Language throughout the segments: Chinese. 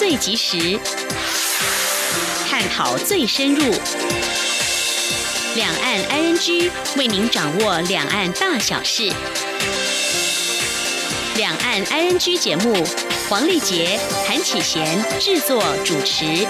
最及时，探讨最深入。两岸 ING 为您掌握两岸大小事。两岸 ING 节目，黄丽杰、韩启贤制作主持。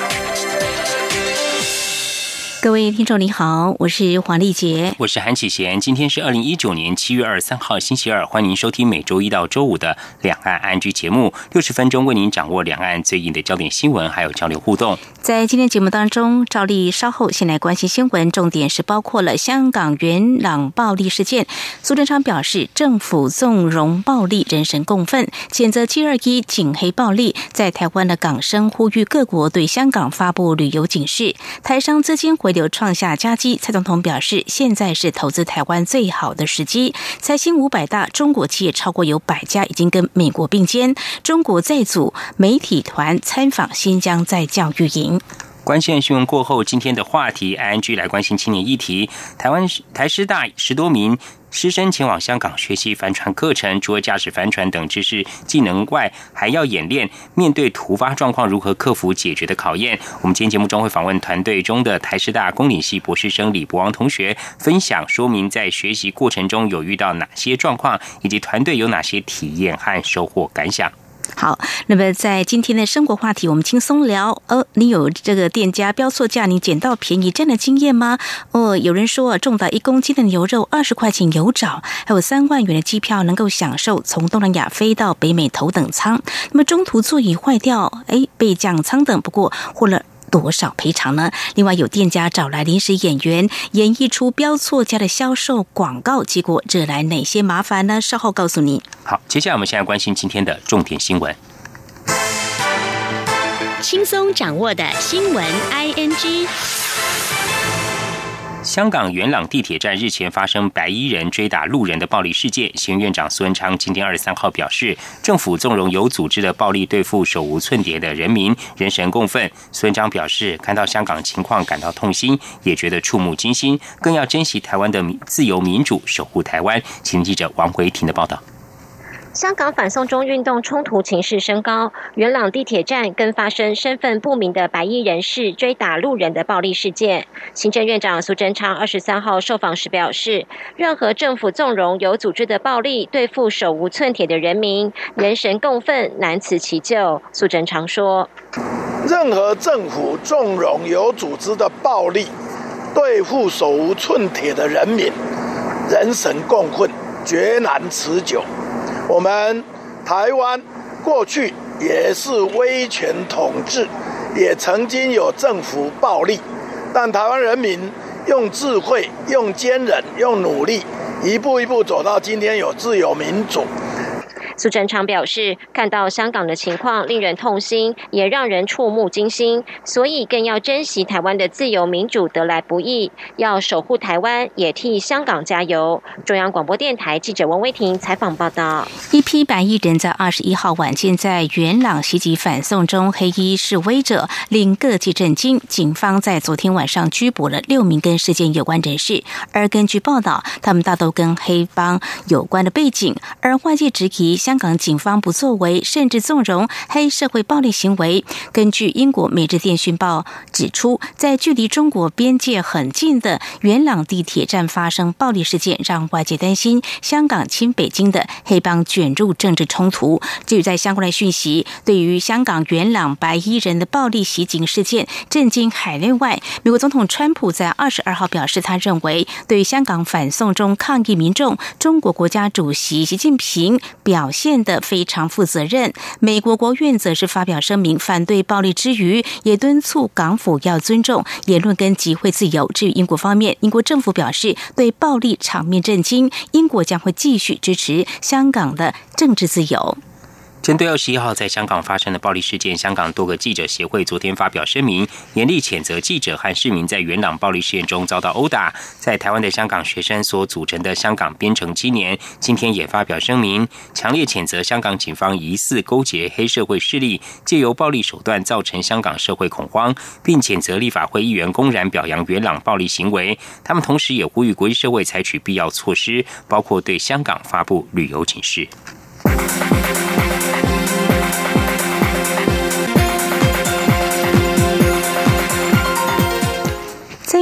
各位听众你好，我是黄丽杰， 我是韩启贤。今天是2019年7月23号星期二，欢迎收听每周一到周五的两岸 ING 节目，60分钟为您掌握两岸最近的焦点新闻，还有交流互动。 在今天节目当中，照例稍后先来关心新闻，重点是包括了香港元朗暴力事件。苏贞昌表示，政府纵容暴力，人神共愤，谴责721警黑暴力，在台湾的港生呼吁各国对香港发布旅游警示。台商资金回流创下佳绩，蔡总统表示，现在是投资台湾最好的时机。财新500大中国企业超过有100家已经跟美国并肩，中国再组媒体团参访新疆在教育营。 关键新闻过后，今天的话题 ING 来关心青年议题。台师大10多名师生前往香港学习帆船课程，除了驾驶帆船等知识技能外，还要演练面对突发状况如何克服解决的考验。我们今天节目中会访问团队中的台师大公领系博士生李博王同学，分享说明在学习过程中有遇到哪些状况，以及团队有哪些体验和收获感想。 好，那么在今天的生活话题，我们轻松聊。你有这个店家标错价，你捡到便宜这样的经验吗？有人说重达1公斤的牛肉20块钱有找，还有3万元的机票能够享受从东南亚飞到北美头等舱。那么中途座椅坏掉，被降舱等，不过获了多少赔偿呢？另外有店家找来临时演员演绎出标错价的销售广告，结果惹来哪些麻烦呢？稍后告诉你。 好，接下来我们现在关心今天的重点新闻， 轻松掌握的新闻 ING。 香港元朗地铁站日前发生白衣人追打路人的暴力事件，行政院长苏贞昌今天23号表示，政府纵容有组织的暴力对付手无寸铁的人民，人神共愤。苏贞昌表示，看到香港情况感到痛心，也觉得触目惊心，更要珍惜台湾的自由民主，守护台湾。请记者王维婷的报道。 香港反送中运动冲突情势升高，元朗地铁站更发生身份不明的白衣人士追打路人的暴力事件。行政院长苏贞昌23号受访时表示，任何政府纵容有组织的暴力对付手无寸铁的人民，人神共愤，难辞其咎。苏贞昌说， 任何政府纵容有组织的暴力对付手无寸铁的人民，人神共愤，绝难持久。我们台湾过去也是威权统治，也曾经有政府暴力，但台湾人民用智慧、用坚韧、用努力，一步一步走到今天有自由民主。 苏贞昌表示，看到香港的情况令人痛心，也让人触目惊心，所以更要珍惜台湾的自由民主得来不易，要守护台湾，也替香港加油。中央广播电台记者王威婷采访报道。 一批白衣人在21号晚间在元朗袭击反送中黑衣示威者，令各界震惊。警方在昨天晚上拘捕了6名跟事件有关人士，而根据报道，他们大都跟黑帮有关的背景，而外界质疑香港警方不作为，甚至纵容黑社会暴力行为。根据英国《每日电讯报》指出，在距离中国边界很近的元朗地铁站发生暴力事件，让外界担心香港亲北京的黑帮卷入政治冲突。至于在相关的讯息，对于香港元朗白衣人的暴力袭警事件震惊海内外，美国总统川普在22号表示，他认为对香港反送中抗议民众，中国国家主席习近平表现得非常负责任。美国国务院则是发表声明，反对暴力之余，也敦促港府要尊重言论跟集会自由。至于英国方面，英国政府表示对暴力场面震惊，英国将会继续支持香港的政治自由。 针对21号在香港发生的暴力事件，香港多个记者协会昨天发表声明，严厉谴责记者和市民在元朗暴力事件中遭到殴打。在台湾的香港学生所组成的香港编程青年今天也发表声明，强烈谴责香港警方疑似勾结黑社会势力，借由暴力手段造成香港社会恐慌，并谴责立法会议员公然表扬元朗暴力行为。他们同时也呼吁国际社会采取必要措施，包括对香港发布旅游警示。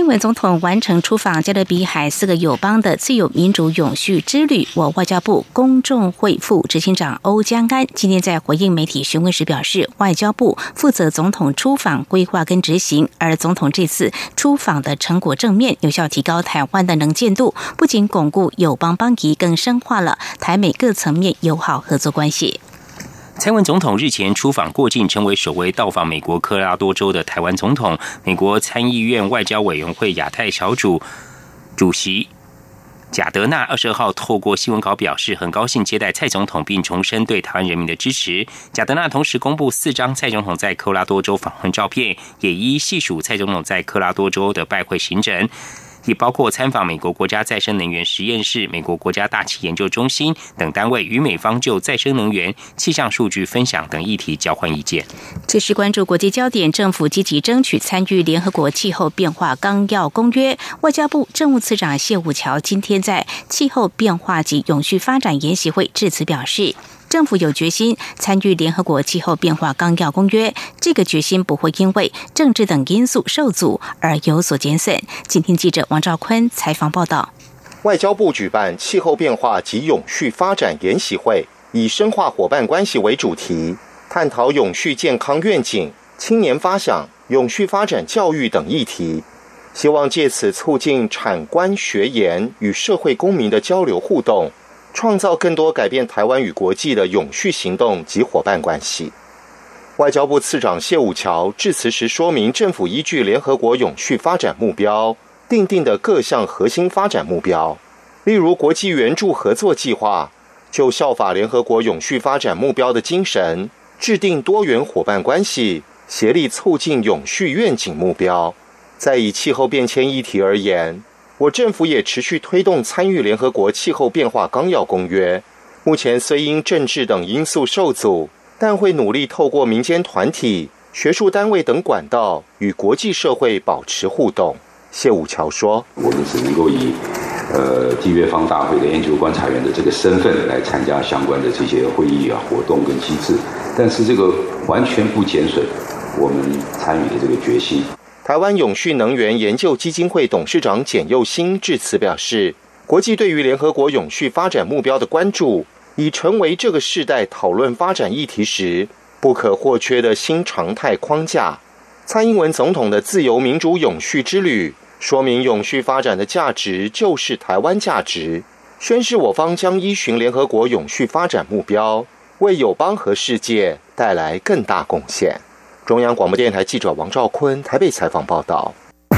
英文总统完成出访加勒比海4个友邦的自由民主永续之旅。外交部公众会副执行长欧江安今天在回应媒体询问时表示，外交部负责总统出访规划跟执行，而总统这次出访的成果正面，有效提高台湾的能见度，不仅巩固友邦邦谊，更深化了台美各层面友好合作关系。 蔡英文总统日前出访过境，成为首位到访美国科罗拉多州的台湾总统。美国参议院外交委员会亚太小组主席贾德纳22号透过新闻稿表示，很高兴接待蔡总统，并重申对台湾人民的支持。贾德纳同时公布4张蔡总统在科罗拉多州访问照片，也一一细数蔡总统在科罗拉多州的拜会行程，也包括参访美国国家再生能源实验室、美国国家大气研究中心等单位，与美方就再生能源、气象数据分享等议题交换意见。 这是关注国际焦点，政府积极争取参与联合国气候变化纲要公约。外交部政务次长谢武桥今天在气候变化及永续发展研习会致辞表示，政府有决心参与联合国气候变化纲要公约，这个决心不会因为政治等因素受阻而有所减损。今天记者王兆坤采访报道。 外交部举办气候变化及永续发展研习会，以深化伙伴关系为主题，探讨永续健康愿景、青年发想、永续发展教育等议题，希望借此促进产官学研与社会公民的交流互动，创造更多改变台湾与国际的永续行动及伙伴关系。外交部次长谢武桥致辞时说明，政府依据联合国永续发展目标订定的各项核心发展目标，例如国际援助合作计划，就效法联合国永续发展目标的精神，制定多元伙伴关系，协力促进永续愿景目标。在以气候变迁议题而言，我政府也持续推动参与联合国气候变化纲要公约，目前虽因政治等因素受阻，但会努力透过民间团体、学术单位等管道与国际社会保持互动。谢武桥说， 我们只能够以缔约方大会的研究观察员的这个身份来参加相关的这些会议活动跟机制，但是这个完全不减损我们参与的这个决心。 台湾永续能源研究基金会董事长简佑新致辞表示，国际对于联合国永续发展目标的关注，已成为这个世代讨论发展议题时不可或缺的新常态框架。蔡英文总统的自由民主永续之旅，说明永续发展的价值就是台湾价值，宣示我方将依循联合国永续发展目标，为友邦和世界带来更大贡献。中央广播电台记者王兆坤台北采访报道。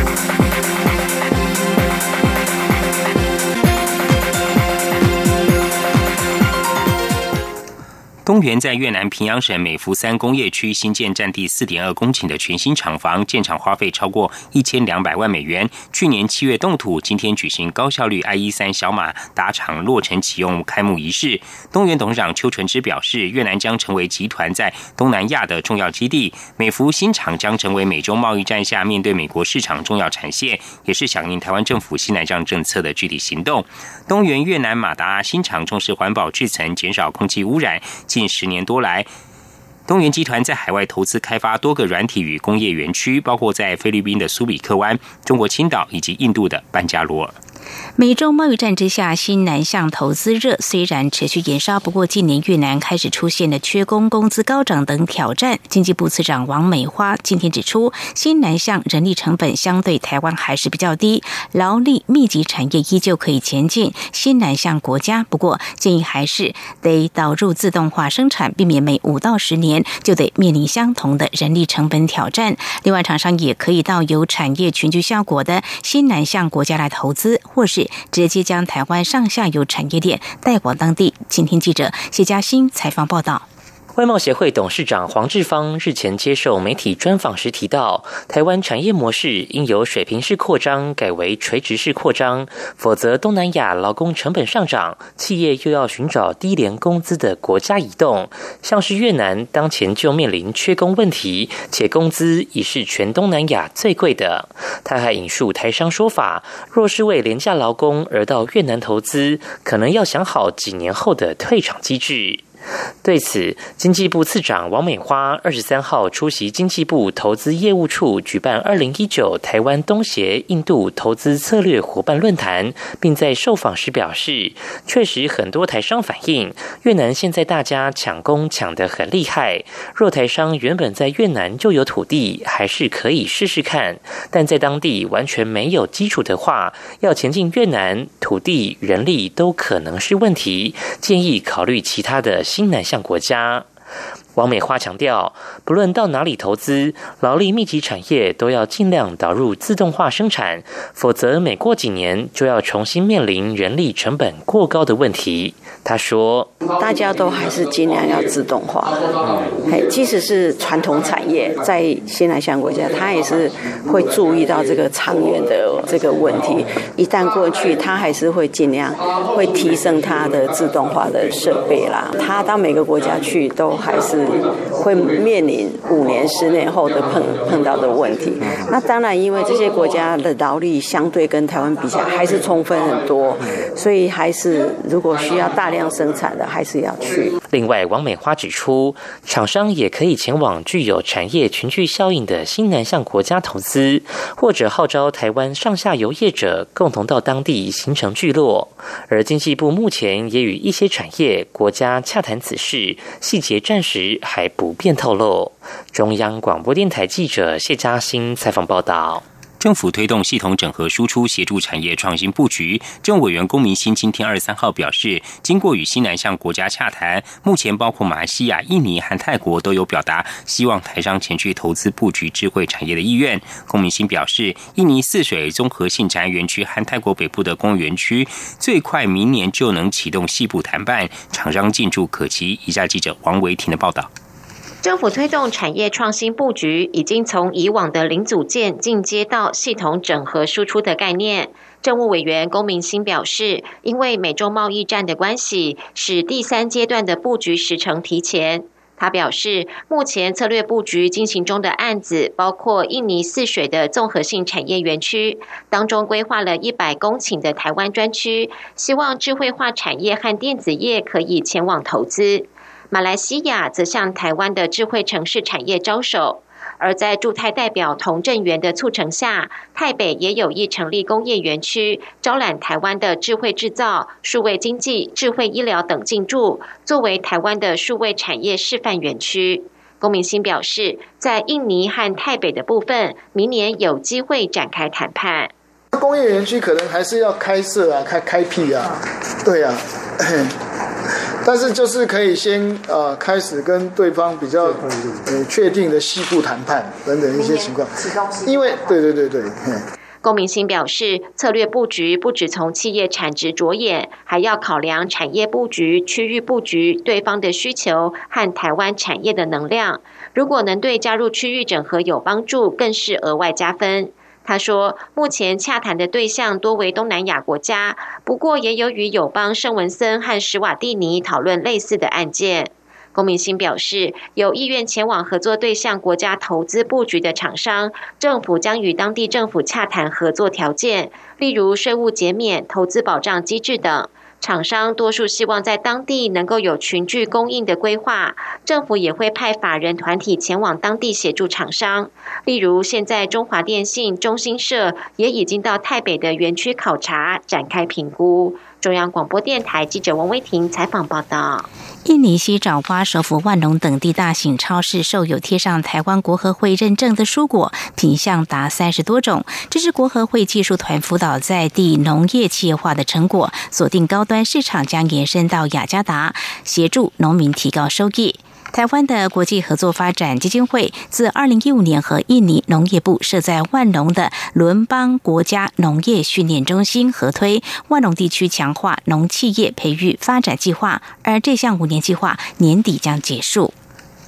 东元在越南平阳省美福三工业区新建占地4.2公顷的全新厂房，建厂花费超过1200万美元。去年7月动土，今天举行高效率 I-13小马达厂落成启用开幕仪式。东元董事长邱纯之表示，越南将成为集团在东南亚的重要基地，美福新厂将成为美中贸易战下面对美国市场重要产线，也是响应台湾政府新南向政策的具体行动。东元越南马达新厂重视环保制程，减少空气污染。近10年多来，东元集团在海外投资开发多个软体与工业园区，包括在菲律宾的苏比克湾、中国青岛以及印度的班加罗尔。 美中贸易战之下，新南向投资热虽然持续延烧，不过近年越南开始出现了缺工、工资高涨等挑战。经济部次长王美花今天指出，新南向人力成本相对台湾还是比较低，劳力密集产业依旧可以前进新南向国家。不过建议还是得导入自动化生产，避免每5到10年就得面临相同的人力成本挑战。另外，厂商也可以到有产业群聚效果的新南向国家来投资，或是直接将台湾上下游产业链带往当地。今天记者谢嘉欣采访报道。 外贸协会董事长黄志芳日前接受媒体专访时提到，台湾产业模式应由水平式扩张改为垂直式扩张，否则东南亚劳工成本上涨，企业又要寻找低廉工资的国家移动。像是越南当前就面临缺工问题，且工资已是全东南亚最贵的。他还引述台商说法，若是为廉价劳工而到越南投资，可能要想好几年后的退场机制。 对此，经济部次长王美花23号出席经济部投资业务处举办2019台湾东协印度投资策略伙伴论坛，并在受访时表示，确实很多台商反映，越南现在大家抢工抢得很厉害，若台商原本在越南就有土地，还是可以试试看，但在当地完全没有基础的话，要前进越南，土地、人力都可能是问题，建议考虑其他的新南向国家。王美花强调，不论到哪里投资，劳力密集产业都要尽量导入自动化生产，否则每过几年就要重新面临人力成本过高的问题。他说， 大家都还是尽量要自动化，即使是传统产业，在新南向国家，他也是会注意到这个长远的这个问题，一旦过去，他还是会尽量会提升他的自动化的设备啦。他到每个国家去，都还是会面临5年、10年后的碰到的问题。那当然，因为这些国家的劳力相对跟台湾比起来还是充分很多，所以还是如果需要大量生产的，还是要去。 另外，王美花指出，厂商也可以前往具有产业群聚效应的新南向国家投资，或者号召台湾上下游业者共同到当地形成聚落。而经济部目前也与一些产业国家洽谈此事，细节暂时还不便透露。中央广播电台记者谢嘉欣采访报道。 政府推动系统整合输出，协助产业创新布局。政务委员龚明鑫今天23号表示，经过与新南向国家洽谈，目前包括马来西亚、印尼和泰国都有表达希望台商前去投资布局智慧产业的意愿。龚明鑫表示，印尼泗水综合性产业园区和泰国北部的工业园区，最快明年就能启动细部谈判，厂商进驻可期。以下记者王维婷的报道。 政府推动产业创新布局，已经从以往的零组件进阶到系统整合输出的概念。政务委员龚明鑫表示，因为美中贸易战的关系，使第3阶段的布局时程提前。他表示，目前策略布局进行中的案子，包括印尼泗水的综合性产业园区，当中规划了100公顷的台湾专区，希望智慧化产业和电子业可以前往投资。马来西亚则向台湾的智慧城市产业招手，而在驻泰代表童振源的促成下，泰北也有意成立工业园区，招揽台湾的智慧制造、数位经济、智慧医疗等进驻，作为台湾的数位产业示范园区。龚明鑫表示，在印尼和泰北的部分，明年有机会展开谈判。 工业园区可能还是要开设啊，开辟啊，对啊。但是就是可以先开始跟对方比较确定的细部谈判等等一些情况，因为对。 龚明鑫表示，策略布局不只从企业产值着眼，还要考量产业布局、区域布局、对方的需求和台湾产业的能量。如果能对加入区域整合有帮助，更是额外加分。他说，目前洽谈的对象多为东南亚国家，不过也有与友邦圣文森和史瓦蒂尼讨论类似的案件。龚明鑫表示，有意愿前往合作对象国家投资布局的厂商，政府将与当地政府洽谈合作条件，例如税务减免、投资保障机制等。厂商多数希望在当地能够有群聚供应的规划，政府也会派法人团体前往当地协助厂商。例如，现在中华电信、中兴社也已经到泰北的园区考察，展开评估。中央广播电台记者王威婷采访报道。 印尼西爪哇、首府万隆等地大型超市售有贴上台湾国合会认证的蔬果，品项达30多种。这是国合会技术团辅导在地农业企业化的成果，锁定高端市场将延伸到雅加达，协助农民提高收益。台湾的国际合作发展基金会自2015年和印尼农业部设在万隆的伦邦国家农业训练中心合推万隆地区强化农企业培育发展计划，而这项5年计划年底将结束。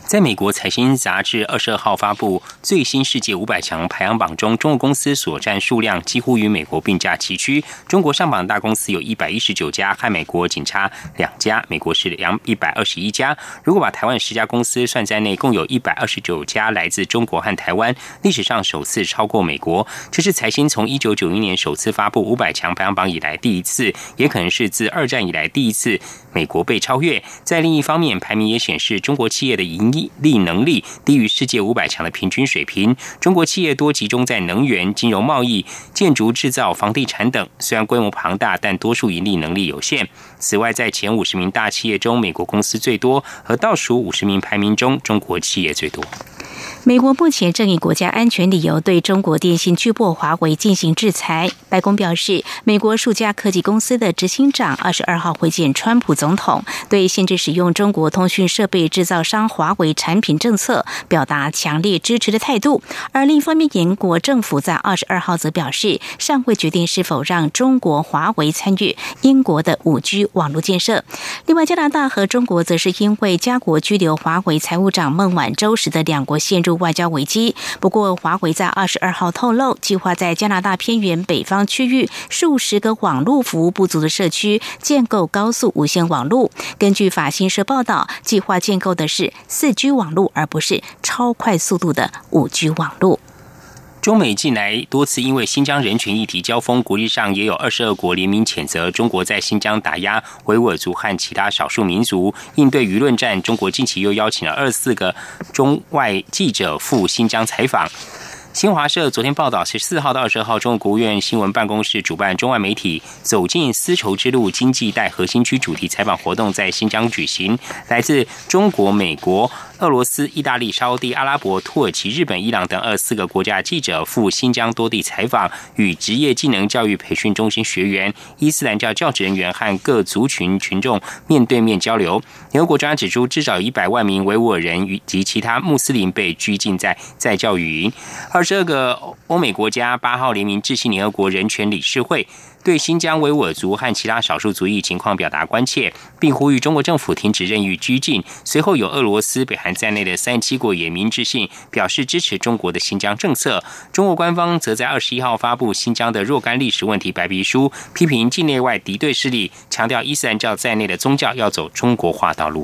在美国财新杂志22号发布最新世界500强排行榜中，中国公司所占数量几乎与美国并驾齐驱。中国上榜大公司有119家，和美国仅差2家，美国是121家。如果把台湾10家公司算在内，共有129家来自中国和台湾，历史上首次超过美国。这是财新从1991年首次发布500强排行榜以来第一次，也可能是自2战以来第一次美国被超越。在另一方面，排名也显示中国企业的盈利能力低于世界500强的平均水平。中国企业多集中在能源、金融贸易、建筑制造、房地产等，虽然规模庞大，但多数盈利能力有限。此外，在前50名大企业中，美国公司最多，和倒数50名排名中，中国企业最多。 美国目前正以国家安全理由对中国电信巨擘华为进行制裁。白宫表示，美国数家科技公司的执行长22号会见川普总统，对限制使用中国通讯设备制造商华为产品政策表达强烈支持的态度。而另一方面，英国政府在22号则表示，尚未决定是否让中国华为参与英国的5G 网络建设。另外，加拿大和中国则是因为加国拘留华为财务长孟晚舟，使得两国陷入外交危机。不过，华为在22号透露，计划在加拿大偏远北方区域数十个网络服务不足的社区建构高速无线网络。根据法新社报道，计划建构的是4G 网络，而不是超快速度的5G 网络。 中美近来多次因为新疆人权议题交锋，国际上也有22国联名谴责中国在新疆打压维吾尔族和其他少数民族。应对舆论战，中国近期又邀请了24个中外记者赴新疆采访。新华社昨天报道，14号到22号，中国国务院新闻办公室主办中外媒体走进丝绸之路经济带核心区主题采访活动在新疆举行。来自中国、美国、俄罗斯、意大利、沙烏地阿拉伯、土耳其、日本、伊朗等24个国家记者赴新疆多地采访，与职业技能教育培训中心学员、伊斯兰教教职人员和各族群群众面对面交流。联合国专家指出，至少100万名维吾尔人及其他穆斯林被拘禁在在教育营。22个欧美国家8号联名致信联合国人权理事会，对新疆维吾尔族和其他少数族裔情况表达关切，并呼吁中国政府停止任意拘禁。随后有俄罗斯、北韩在内的37国也明致信，表示支持中国的新疆政策。中国官方则在21号发布新疆的若干历史问题白皮书，批评境内外敌对势力，强调伊斯兰教在内的宗教要走中国化道路。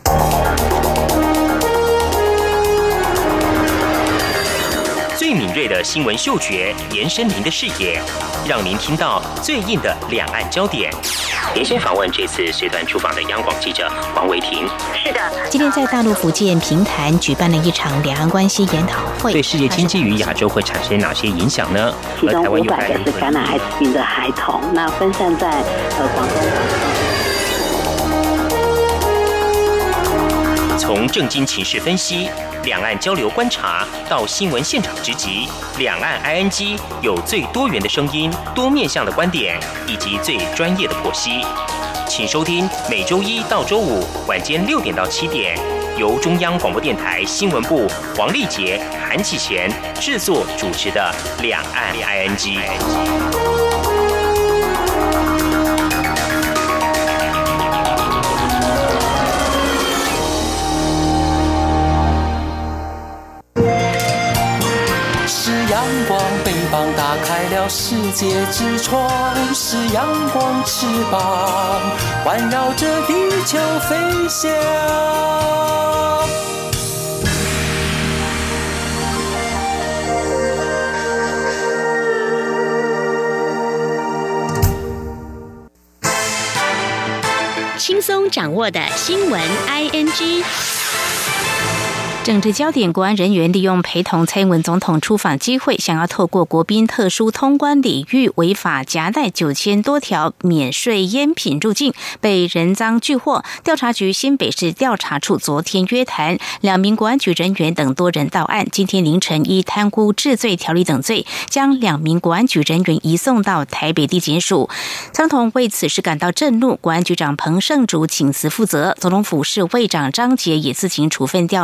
最敏锐的新闻嗅觉，延伸您的视野，让您听到最硬的两岸焦点。连线访问这次随团出访的央广记者王维婷。 是的， 今天在大陆福建平潭举办了一场两岸关系研讨会， 对世界经济与亚洲会产生哪些影响呢？ 其中500个是感染艾滋病的孩童，那分散在广东。 从政经情势分析、两岸交流观察到新闻现场直击，两岸 ING 有最多元的声音、多面向的观点以及最专业的剖析。请收听每周1到周5晚间6点到7点，由中央广播电台新闻部黄丽杰、韩启贤制作主持的《两岸 ING》。 阳光，翅膀打开了世界之窗，是阳光翅膀环绕着地球飞翔。 轻松掌握的新闻 ING。政治焦点，国安人员利用陪同蔡英文总统出访机会，想要透过国宾特殊通关礼遇，违法夹带9000多条免税烟品入境，被人赃俱获。调查局新北市调查处昨天约谈2名国安局人员等多人到案，今天凌晨依贪污治罪条例等罪，将2名国安局人员移送到台北地检署。苍同为此事感到震怒，国安局长彭胜竹请辞负责，总统府侍卫长张杰也自行处分调职之外，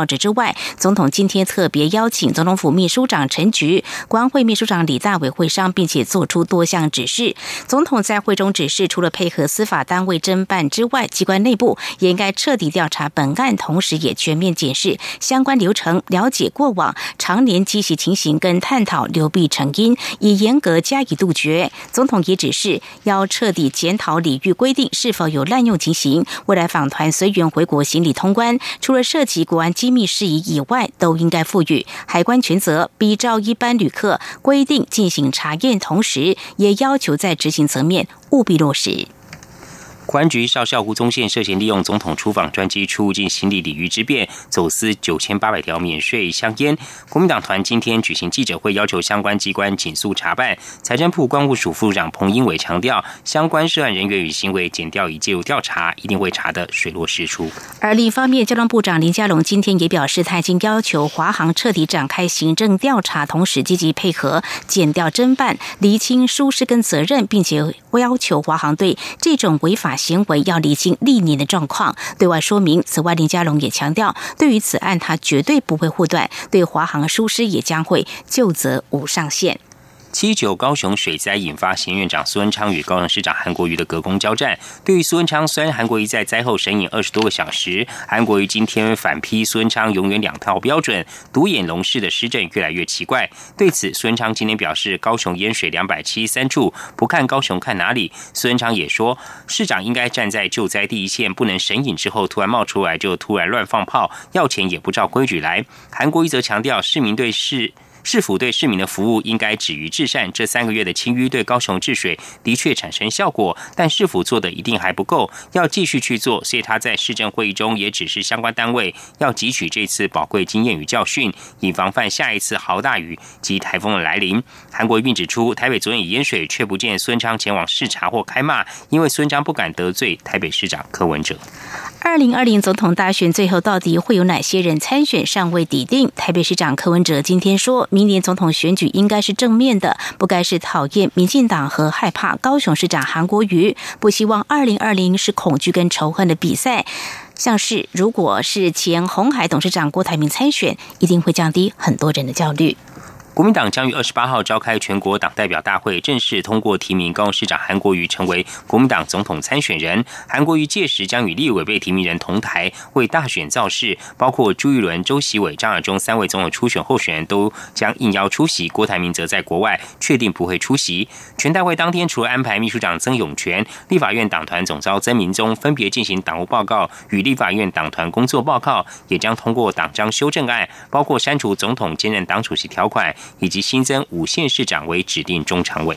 外，总统今天特别邀请总统府秘书长陈菊、国安会秘书长李大伟会商，并且做出多项指示。总统在会中指示，除了配合司法单位侦办之外，机关内部也应该彻底调查本案，同时也全面检视相关流程，了解过往常年积习情形，跟探讨流弊成因，以严格加以杜绝。总统也指示要彻底检讨礼遇规定是否有滥用情形，未来访团随员回国行李通关，除了涉及国安机密事宜以外，都应该赋予海关权责，比照一般旅客规定进行查验，同时也要求在执行层面务必落实。 国安局少校胡宗宪涉嫌利用总统出访专机出入境行李礼遇之便，走私9800条免税香烟。国民党团今天举行记者会，要求相关机关紧速查办。财政部关务署副长彭英伟强调，相关涉案人员与行为检调已介入调查，一定会查得水落石出。 而另一方面，交通部长林佳龙今天也表示，他已经要求华航彻底展开行政调查，同时积极配合检调侦办，厘清疏失跟责任，并且要求华航对这种违法行为要厘清历年的状况，对外说明。此外，林佳龙也强调，对于此案他绝对不会护短，对华航疏失也将会究责无上限。 7.9高雄水灾引发前院长苏文昌与高雄市长韩国瑜的隔空交战。对于苏文昌，虽然韩国瑜在灾后审影20多个小时，韩国瑜今天反批苏文昌永远两套标准，独眼龙式的施政越来越奇怪。对此，苏文昌今天表示，高雄淹水273处，不看高雄看哪里？苏文昌也说，市长应该站在救灾第一线，不能审影之后突然冒出来就突然乱放炮，要钱也不照规矩来。韩国瑜则强调，市府对市民的服务应该止于至善，这3个月的清淤对高雄治水的确产生效果，但市府做的一定还不够，要继续去做。所以他在市政会议中也指示相关单位要汲取这次宝贵经验与教训，以防范下一次豪大雨及台风的来临。韩国瑜并指出，台北昨天已淹水，却不见孙昌前往视察或开骂，因为孙昌不敢得罪台北市长柯文哲。 2020总统大选最后到底会有哪些人参选尚未底定。台北市长柯文哲今天说，明年总统选举应该是正面的，不该是讨厌民进党和害怕高雄市长韩国瑜，不希望2020是恐惧跟仇恨的比赛。像是如果是前鸿海董事长郭台铭参选，一定会降低很多人的焦虑。 国民党将于28号召开全国党代表大会，正式通过提名高雄市长韩国瑜成为国民党总统参选人。韩国瑜届时将与立委被提名人同台，为大选造势，包括朱立伦、周锡伟、张亚中3位总统初选候选人都将应邀出席，郭台铭则在国外确定不会出席。全代会当天，除了安排秘书长曾永权、立法院党团总召曾明宗分别进行党务报告与立法院党团工作报告，也将通过党章修正案，包括删除总统兼任党主席条款，以及新增5县市长为指定中常委。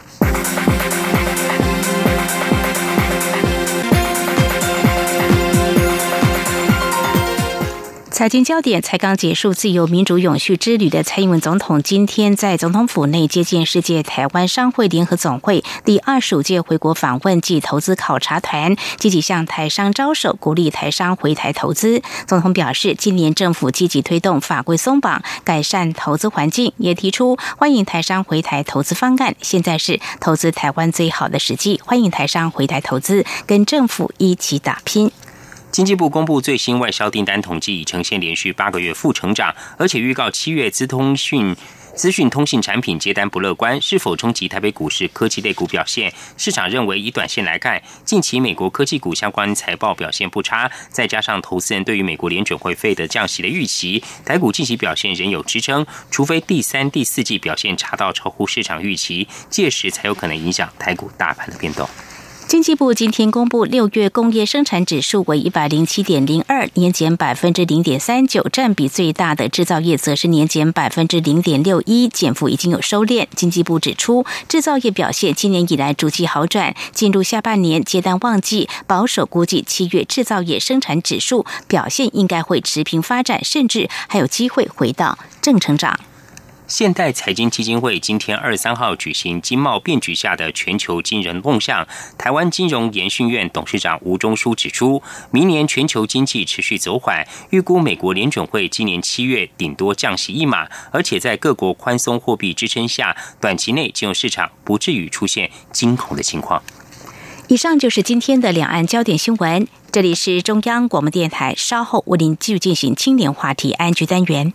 财经焦点，才刚结束自由民主永续之旅的蔡英文总统，今天在总统府内接见世界台湾商会联合总会第25届回国访问暨投资考察团，积极向台商招手，鼓励台商回台投资。总统表示，今年政府积极推动法规松绑，改善投资环境，也提出欢迎台商回台投资方案。现在是投资台湾最好的时机，欢迎台商回台投资，跟政府一起打拼。 经济部公布最新外销订单统计，已呈现连续8个月负成长，而且预告7月资讯通信产品接单不乐观，是否冲击台北股市科技类股表现？市场认为，以短线来看，近期美国科技股相关财报表现不差，再加上投资人对于美国联准会费的降息的预期，台股近期表现仍有支撑，除非第3、第4季表现差到超乎市场预期，届时才有可能影响台股大盘的变动。 经济部今天公布6月工业生产指数为 107.02， 年减 0.39%， 占比最大的制造业则是年减 0.61%， 减幅已经有收敛。经济部指出，制造业表现今年以来逐季好转，进入下半年接单旺季，保守估计7月制造业生产指数表现应该会持平发展，甚至还有机会回到正成长。 现代财经基金会今天23号举行经贸变局下的全球金融动向。台湾金融研训院董事长吴中书指出，明年全球经济持续走缓，预估美国联准会今年7月顶多降息1码，而且在各国宽松货币支撑下，短期内金融市场不至于出现惊恐的情况。 以上就是今天的两岸焦点新闻，这里是中央广播电台，稍后为您继续进行青年话题安居单元。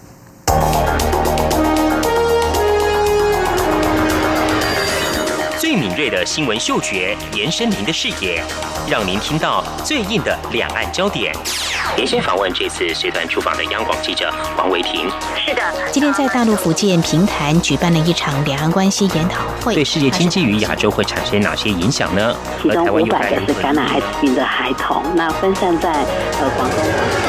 最敏锐的新闻嗅觉，延伸您的视野，让您听到最硬的两岸焦点。连线访问这次随团出访的央广记者黄维婷。 是的， 今天在大陆福建平潭举办了一场两岸关系研讨会， 对世界经济与亚洲会产生哪些影响呢？ 其中500个是感染艾滋病的孩童，那分散在广东。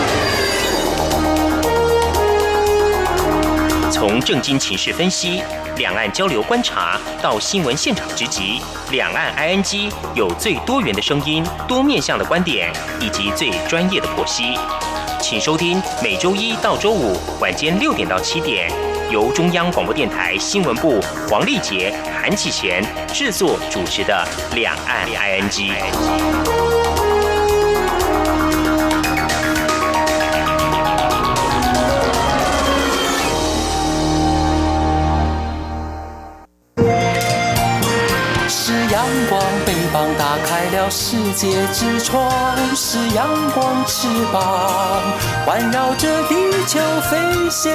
从政经情势分析、两岸交流观察到新闻现场直击，两岸 ING 有最多元的声音、多面向的观点以及最专业的剖析。请收听每周一到周五晚间6点到7点，由中央广播电台新闻部黄丽杰、韩启贤制作主持的《两岸 ING》。 阳光翅膀打开了世界之窗，是阳光翅膀环绕着地球飞翔。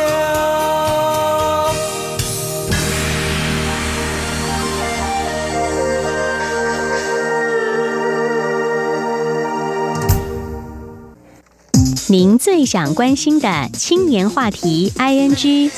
您最想关心的青年话题 ING。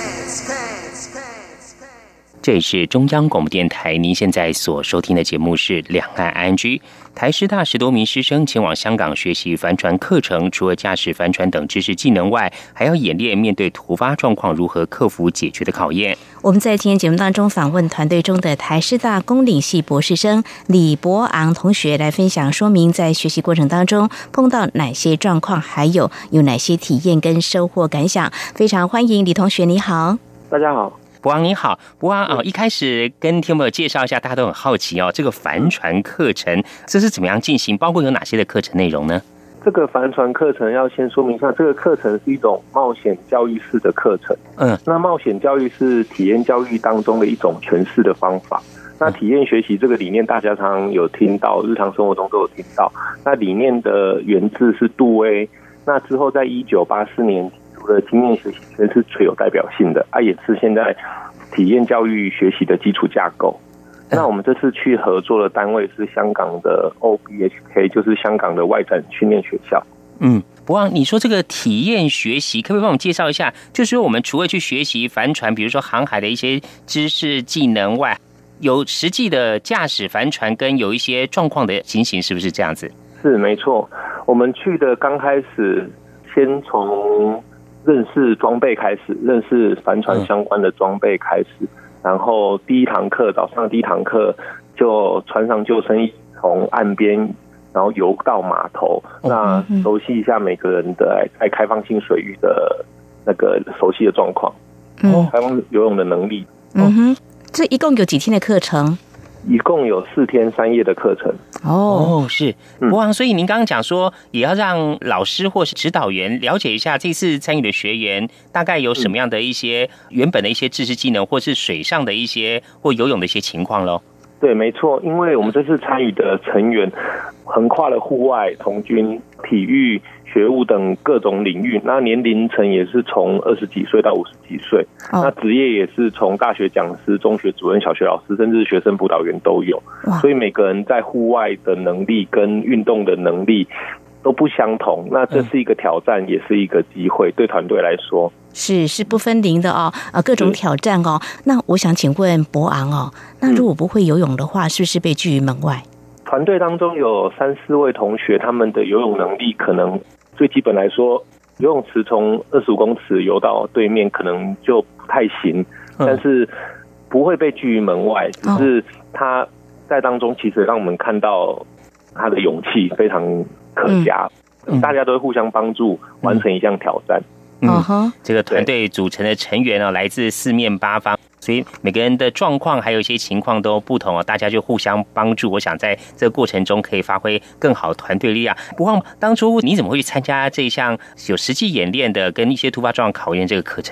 这里是中央广播电台，您现在所收听的节目是两岸 ING。台师大10多名师生前往香港学习帆船课程，除了驾驶帆船等知识技能外，还要演练面对突发状况如何克服解决的考验。 我们在今天节目当中访问团队中的台师大公领系博士生李博昂同学，来分享说明在学习过程当中碰到哪些状况，还有哪些体验跟收获感想。非常欢迎李同学，你好。 大家好。 博昂你好，博昂一开始跟听众朋友介绍一下，大家都很好奇这个帆船课程这是怎么样进行，包括有哪些的课程内容呢？ 这个帆船课程要先说明一下，这个课程是一种冒险教育式的课程。那冒险教育是体验教育当中的一种诠释的方法。那体验学习这个理念，大家常有听到，日常生活中都有听到。那理念的源自是杜威，那之后在1984年的经验学习圈是最有代表性的，也是现在体验教育学习的基础架构。那我们这次去合作的单位是香港的 OBHK， 就是香港的外展训练学校。 博昂，你说这个体验学习，可不可以帮我们介绍一下？就是说我们除了去学习帆船，比如说航海的一些知识技能外，有实际的驾驶帆船跟有一些状况的情形，是不是这样子？ 是没错，我们去的刚开始先从认识装备开始，认识帆船相关的装备开始，然后早上的第一堂课就穿上救生衣，从岸边然后游到码头，那熟悉一下每个人的在开放性水域的那个熟悉的状况，开放游泳的能力。 这一共有几天的课程？ 一共有4天3夜的课程。 是博昂，所以您刚刚讲说，也要让老师或是指导员了解一下这次参与的学员大概有什么样的一些原本的一些知识技能，或是水上的一些或游泳的一些情况咯。 对，没错，因为我们这次参与的成员横跨了户外、童军、体育、学务等各种领域，那年龄层也是从20几岁到50几岁，那职业也是从大学讲师、中学主任、小学老师，甚至学生辅导员都有。所以每个人在户外的能力跟运动的能力都不相同，那这是一个挑战，也是一个机会，对团队来说是不分龄的各种挑战那我想请问博昂那如果不会游泳的话，是不是被拒于门外？ 团队当中有3、4位同学，他们的游泳能力可能最基本来说，游泳池从25公尺游到对面可能就不太行，但是不会被拒于门外，只是他在当中其实让我们看到他的勇气非常可嘉，大家都会互相帮助完成一项挑战。 这个团队组成的成员来自4面8方，所以每个人的状况还有一些情况都不同大家就互相帮助。我想在这个过程中可以发挥更好的团队力量。不过当初你怎么会去参加这一项有实际演练的跟一些突发状况考验这个课程呢？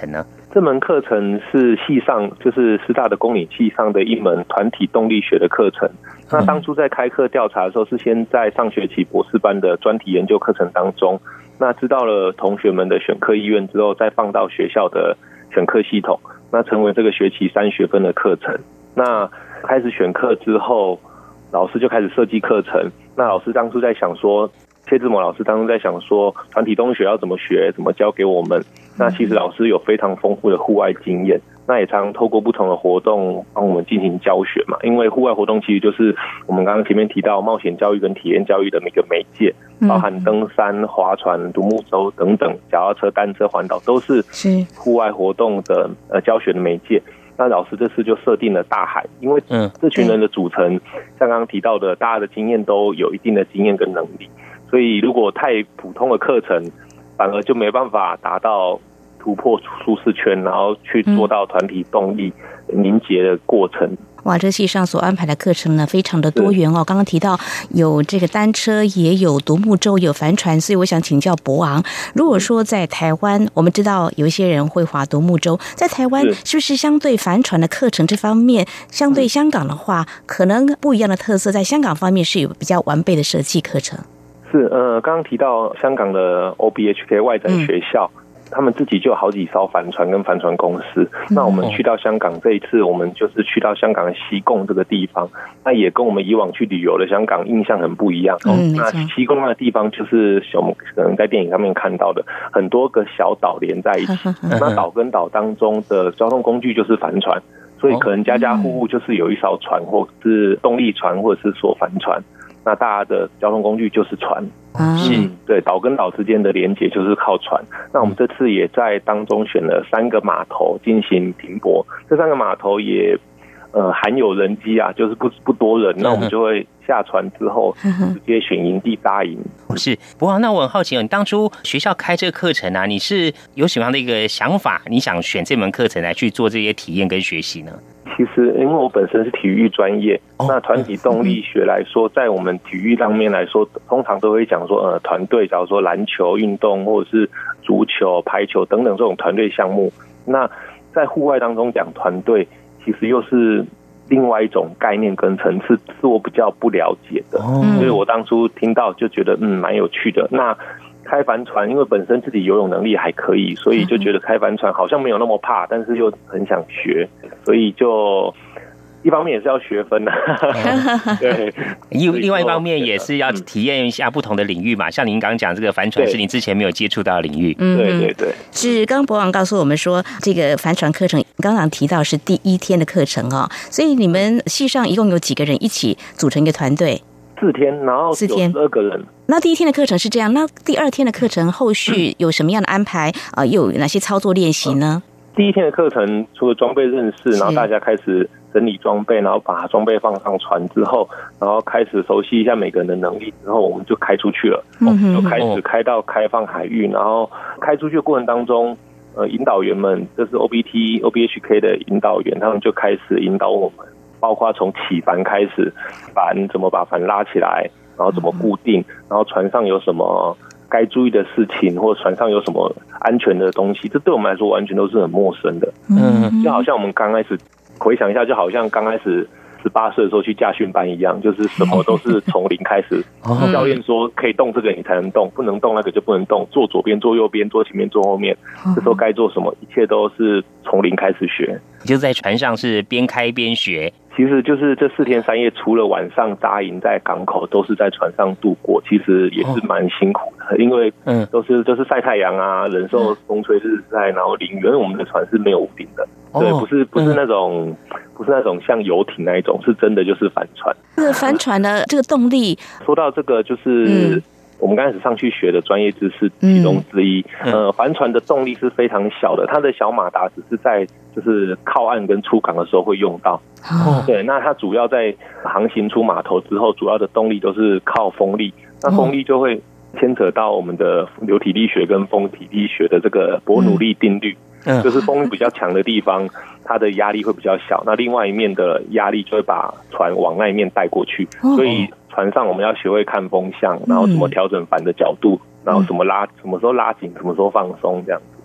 这门课程是系上，就是师大的公领系上的一门团体动力学的课程。那当初在开课调查的时候，是先在上学期博士班的专题研究课程当中，那知道了同学们的选课意愿之后，再放到学校的选课系统，那成为这个学期3学分的课程。那开始选课之后，老师就开始设计课程。那老师当初在想说，谢志摩老师当初在想说，团体动力学要怎么学，怎么教给我们。那其实老师有非常丰富的户外经验，那也常透过不同的活动帮我们进行教学嘛。因为户外活动其实就是我们刚刚前面提到冒险教育跟体验教育的每个媒介，包含登山、划船、独木舟等等，脚踏车、单车、环岛都是户外活动的教学的媒介。那老师这次就设定了大海，因为这群人的组成，像刚刚提到的，大家的经验都有一定的经验跟能力，所以如果太普通的课程，反而就没办法达到突破舒适圈，然后去做到团体动力凝结的过程。 哇，这系上所安排的课程呢，非常的多元哦。刚刚提到有这个单车，也有独木舟，有帆船，所以我想请教博昂，如果说在台湾，我们知道有一些人会划独木舟，在台湾是不是相对帆船的课程这方面，相对香港的话，可能不一样的特色，在香港方面是有比较完备的设计课程？ 是，刚刚提到香港的 OBHK 外展学校。他们自己就有好几艘帆船跟帆船公司。那我们去到香港这一次，我们就是去到香港的西贡这个地方，那也跟我们以往去旅游的香港印象很不一样。那西贡那个地方就是我们可能在电影上面看到的很多个小岛连在一起，那岛跟岛当中的交通工具就是帆船，所以可能家家户户就是有一艘船，或是动力船，或者是说帆船。那大家的交通工具就是船，对，岛跟岛之间的连结就是靠船。那我们这次也在当中选了3个码头进行停泊，这3个码头也含有人机啊，就是不多人，那我们就会下船之后直接选营地搭营。 是，不过那我很好奇哦，你当初学校开这个课程啊，你是有什么样的一个想法？你想选这门课程来去做这些体验跟学习呢？ 其实因为我本身是体育专业，那团体动力学来说，在我们体育上面来说，通常都会讲说团队，假如说篮球运动或者是足球、排球等等这种团队项目，那在户外当中讲团队，其实又是另外一种概念跟层次，是我比较不了解的，所以我当初听到就觉得蛮有趣的。那开帆船，因为本身自己游泳能力还可以，所以就觉得开帆船好像没有那么怕，但是又很想学，所以就一方面也是要学分的，对， 另外一方面也是要体验一下不同的领域嘛。像您刚刚讲这个帆船是您之前没有接触到的领域， 对对对。 是刚博昂告诉我们说，这个帆船课程刚刚提到是第1天的课程哦，所以你们系上一共有几个人一起组成一个团队 ？4天，然后4天12个人。 那第1天的课程是这样，那第2天的课程后续有什么样的安排？又有哪些操作练习呢？ 第1天的课程除了装备认识，然后大家开始整理装备，然后把装备放上船之后，然后开始熟悉一下每个人的能力之后，我们就开出去了，就开始开到开放海域，然后开出去的过程当中，引导员们，这是 OBHK 的引导员，他们就开始引导我们，包括从起帆开始，帆怎么把帆拉起来，然后怎么固定，然后船上有什么该注意的事情，或船上有什么安全的东西，这对我们来说完全都是很陌生的。就好像我们刚开始回想一下，就好像刚开始18岁的时候去驾训班一样，就是什么都是从零开始。教练说可以动这个你才能动，不能动那个就不能动，坐左边坐右边，坐前面坐后面，这时候该做什么，一切都是从零开始学。 就在船上是边开边学。 其实就是这4天3夜，除了晚上扎营在港口，都是在船上度过，其实也是蛮辛苦的，因为都是晒太阳啊，忍受风吹日晒，然后淋雨，因为我们的船是没有屋顶的，对，不是那种像游艇那一种，是真的就是帆船。 这个帆船的这个动力， 说到这个就是我们刚开始上去学的专业知识其中之一。帆船的动力是非常小的，它的小马达只是在就是靠岸跟出港的时候会用到。对，那它主要在航行出码头之后，主要的动力都是靠风力。那风力就会牵扯到我们的流体力学跟风体力学的这个伯努利定律。就是风力比较强的地方，它的压力会比较小，那另外一面的压力就会把船往那一面带过去。所以船上我们要学会看风向，然后怎么调整帆的角度，然后什么时候拉紧，什么时候放松，这样子。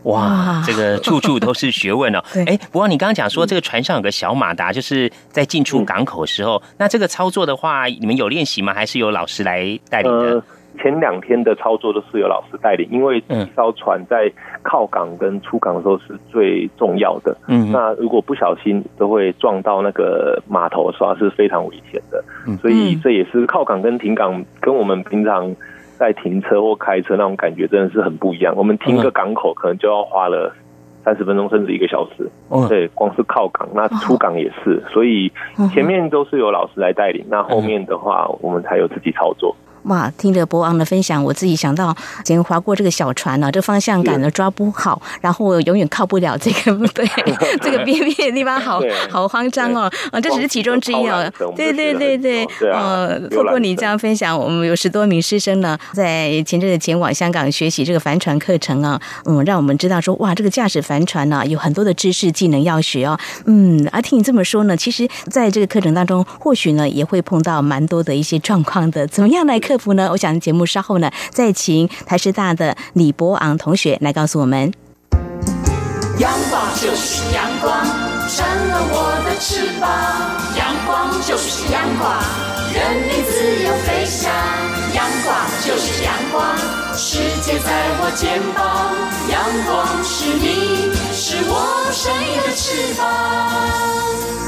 哇，这个处处都是学问哦。不过你刚刚讲说这个船上有个小马达，就是在进出港口的时候，那这个操作的话，你们有练习吗？还是有老师来带领的？ 前2天的操作都是由老师带领，因为一艘船在靠港跟出港的时候是最重要的。那如果不小心都会撞到那个码头的时候是非常危险的。所以这也是靠港跟停港跟我们平常在停车或开车那种感觉真的是很不一样。我们停个港口可能就要花了30分钟甚至1个小时。对，光是靠港，那出港也是。所以前面都是由老师来带领，那后面的话我们才有自己操作。 哇，听着博昂的分享，我自己想到以前划过这个小船呢，这方向感呢抓不好，然后我永远靠不了这个对这个边边的地方，好慌张哦。这只是其中之一哦。对。透过你这样分享，我们有10多名师生呢，在前阵子前往香港学习这个帆船课程啊，让我们知道说，哇，这个驾驶帆船呢，有很多的知识技能要学哦。听你这么说呢，其实在这个课程当中，或许呢也会碰到蛮多的一些状况的，怎么样来克服呢？我想节目稍后呢，再请台师大的李博昂同学来告诉我们。 阳光就是阳光，扇了我的翅膀。阳光就是阳光，任你自由飞翔。阳光就是阳光，世界在我肩膀。阳光是你，是我生命的翅膀。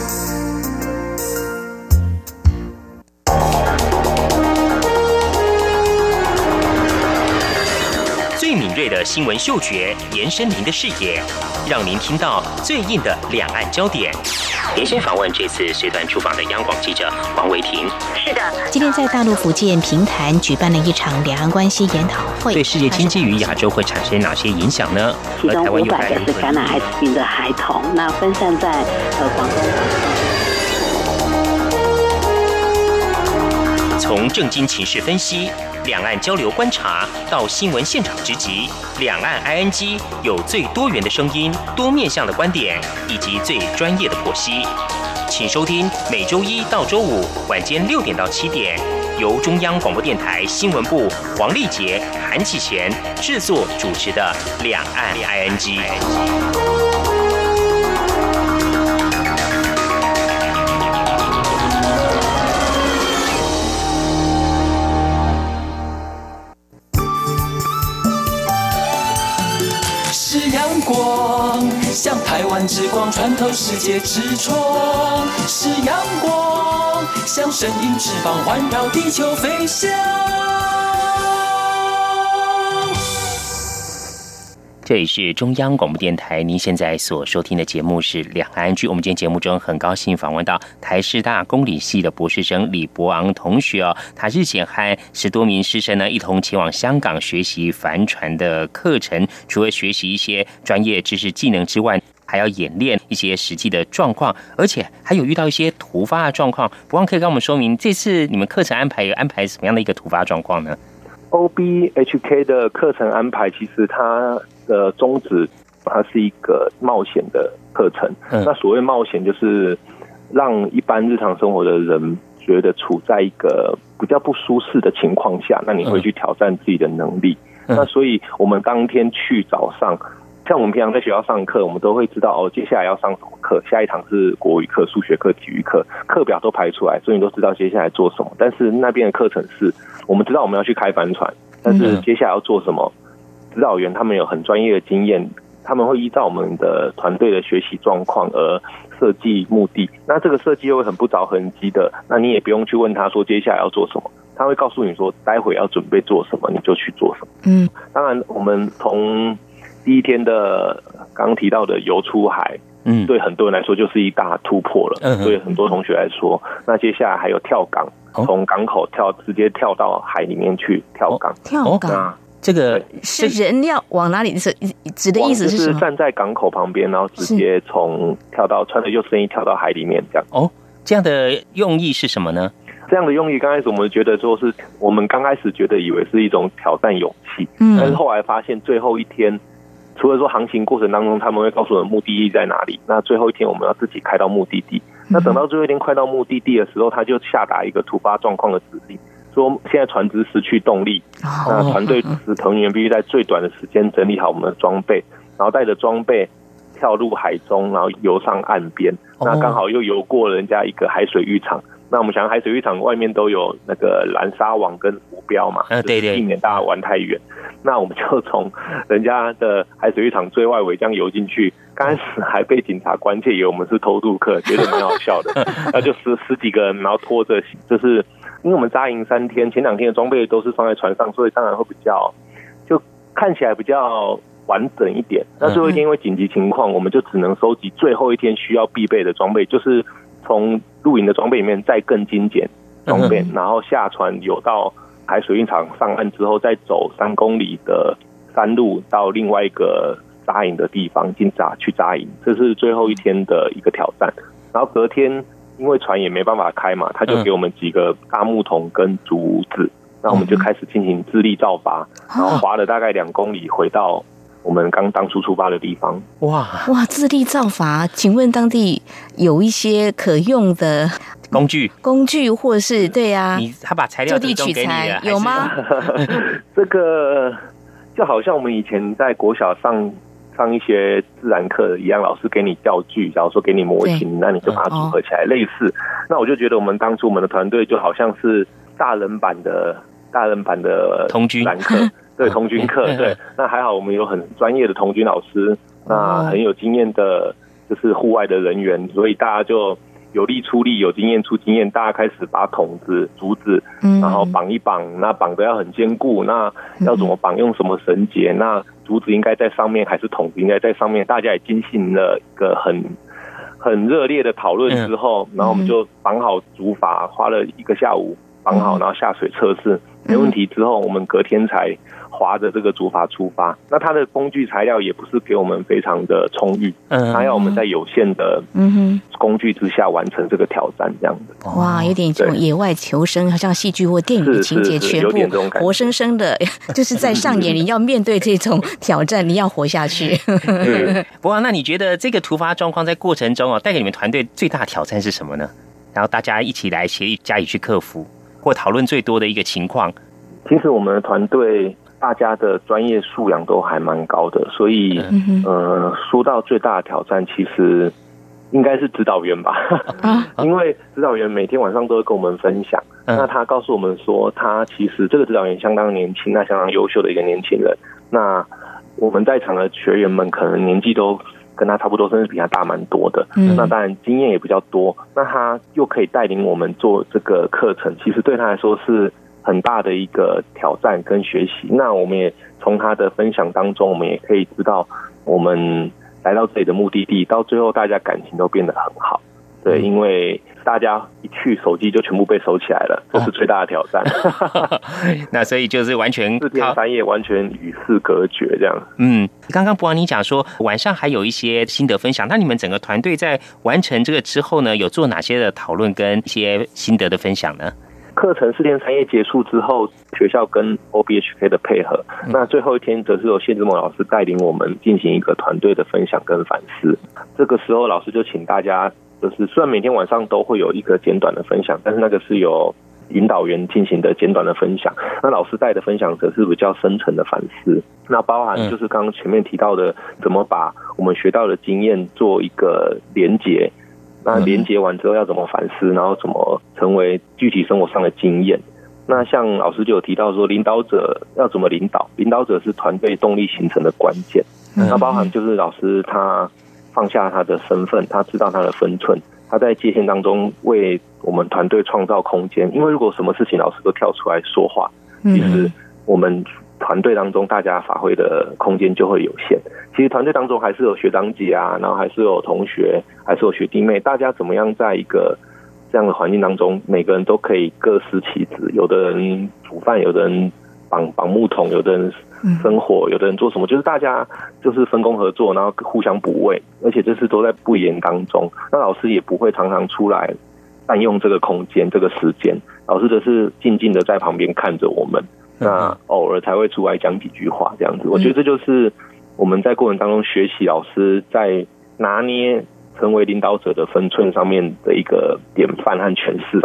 最敏锐的新闻嗅觉，延伸您的视野，让您听到最硬的两岸焦点。连线访问这次随团出访的央广记者王维婷。 是的，今天在大陆福建平潭举办了一场两岸关系研讨会， 对世界经济与亚洲会产生哪些影响呢？ 其中500个是感染艾滋病的孩童，那分散在广东。 从政经情势分析、两岸交流观察到新闻现场直击，两岸 ING 有最多元的声音、多面向的观点以及最专业的剖析。请收听每周1到周5晚间6点到7点，由中央广播电台新闻部黄丽杰、韩启贤制作主持的《两岸 ING》。 是阳光，像台湾之光穿透世界之窗；是阳光，像神鹰翅膀环绕地球飞翔。 这里是中央广播电台，您现在所收听的节目是两岸居。我们今天节目中很高兴访问到台师大公理系的博士生李博昂同学哦，他日前和10多名师生呢一同前往香港学习帆船的课程，除了学习一些专业知识技能之外，还要演练一些实际的状况，而且还有遇到一些突发的状况。博昂可以跟我们说明这次你们课程安排有安排什么样的一个突发状况呢？ OBHK 的课程安排其实它的宗旨，它是一个冒险的课程。那所谓冒险，就是让一般日常生活的人觉得处在一个比较不舒适的情况下，那你会去挑战自己的能力。那所以我们当天去早上，像我们平常在学校上课，我们都会知道哦，接下来要上什么课，下一堂是国语课、数学课、体育课，课表都排出来，所以你都知道接下来做什么。但是那边的课程是，我们知道我们要去开帆船，但是接下来要做什么，指导员他们有很专业的经验，他们会依照我们的团队的学习状况而设计目的。那这个设计又会很不着痕迹的，那你也不用去问他说接下来要做什么，他会告诉你说待会要准备做什么，你就去做什么。当然我们从第一天的刚刚提到的游出海，对很多人来说就是一大突破了。对很多同学来说，那接下来还有跳港，从港口直接跳到海里面去跳港。 跳港，这个是人要往哪里？指的意思是什么？ 就是站在港口旁边，然后直接跳到穿着救生衣跳到海里面这样。 哦，这样的用意是什么呢？ 这样的用意，刚开始我们觉得说是我们刚开始觉得以为是一种挑战勇气，但是后来发现最后一天，除了说航行过程当中他们会告诉我们目的地在哪里，那最后一天我们要自己开到目的地。那等到最后一天快到目的地的时候，他就下达一个突发状况的指令，说现在船只失去动力，那团队成员必须在最短的时间整理好我们的装备， 然后带着装备跳入海中，然后游上岸边。那刚好又游过人家一个海水浴场。那我们想海水浴场外面都有那个拦沙网跟浮标嘛， 对对， 避免大家玩太远。那我们就从人家的海水浴场最外围这样游进去，刚开始还被警察关切，以为我们是偷渡客，觉得蛮好笑的。那就十几个人，然后拖着，就是因为我们扎营3天，前2天的装备都是放在船上，所以当然会比较就看起来比较完整一点。那最后一天因为紧急情况，我们就只能收集最后一天需要必备的装备，就是从露营的装备里面再更精简装备，然后下船游到海水浴场上岸之后，再走3公里的山路到另外一个扎营的地方去扎营，这是最后一天的一个挑战。然后隔天因为船也没办法开嘛，他就给我们几个大木桶跟竹子，那我们就开始进行自力造筏，然后划了大概2公里回到我们当初出发的地方。 哇，自力造筏，请问当地有一些可用的工具或者是对啊， 他把材料就地取材有吗？ 这个就好像我们以前在国小上一些自然课一样，老师给你教具，假如说给你模型，那你就把它组合起来，类似。那我就觉得当初我们的团队就好像是大人版的童军课，对，童军课，对。那还好我们有很专业的童军老师，那很有经验的就是户外的人员，所以大家就有力出力，有经验出经验，大家开始把桶子、竹子，然后绑一绑，那绑得要很坚固，那要怎么绑，用什么绳结，那竹子应该在上面还是桶子应该在上面，大家也进行了一个很热烈的讨论之后，然后我们就绑好竹筏，花了1个下午绑好，然后下水测试没问题之后，我们隔天才划着这个竹筏出发。那它的工具材料也不是给我们非常的充裕，它要我们在有限的工具之下完成这个挑战，这样的。 哇，有点这种野外求生，好像戏剧或电影的情节，全部活生生的，就是在上演。你要面对这种挑战，你要活下去。 不过，那你觉得这个突发状况在过程中带给你们团队最大的挑战是什么呢？然后大家一起来协力加以去克服，或讨论最多的一个情况。 其实我们的团队大家的专业素养都还蛮高的，所以说到最大的挑战，其实应该是指导员吧。因为指导员每天晚上都会跟我们分享，那他告诉我们说，他其实这个指导员相当年轻，那相当优秀的一个年轻人。那我们在场的学员们可能年纪都跟他差不多，甚至比他大蛮多的。那当然经验也比较多，那他又可以带领我们做这个课程，其实对他来说是很大的一个挑战跟学习。那我们也从他的分享当中，我们也可以知道，我们来到这里的目的地，到最后大家感情都变得很好。对，因为大家一去手机就全部被收起来了，这是最大的挑战。 那所以就是完全 4天3夜完全与世隔绝这样。 刚刚博昂你讲说晚上还有一些心得分享，那你们整个团队在完成这个之后呢，有做哪些的讨论跟一些心得的分享呢？ 课程4天3夜结束之后，学校跟 OBHK 的配合，那最后一天则是由谢志萌老师带领我们进行一个团队的分享跟反思。这个时候老师就请大家，就是虽然每天晚上都会有一个简短的分享，但是那个是由引导员进行的简短的分享，那老师带的分享则是比较深层的反思。那包含就是刚刚前面提到的，怎么把我们学到的经验做一个连结，那连结完之后要怎么反思，然后怎么成为具体生活上的经验。那像老师就有提到说，领导者要怎么领导，领导者是团队动力形成的关键。那包含就是老师他放下他的身份，他知道他的分寸，他在界限当中为我们团队创造空间。因为如果什么事情老师都跳出来说话，其实我们团队当中大家发挥的空间就会有限。其实团队当中还是有学长姐啊，然后还是有同学，还是有学弟妹，大家怎么样在一个这样的环境当中，每个人都可以各司其职，有的人煮饭，有的人绑木桶，有的人生火，有的人做什么，就是大家就是分工合作，然后互相补位，而且这是都在不言当中。那老师也不会常常出来占用这个空间这个时间，老师的是静静的在旁边看着我们，那偶尔才会出来讲几句话这样子。我觉得这就是我们在过程当中学习老师在拿捏成为领导者的分寸上面的一个典范和诠释啦。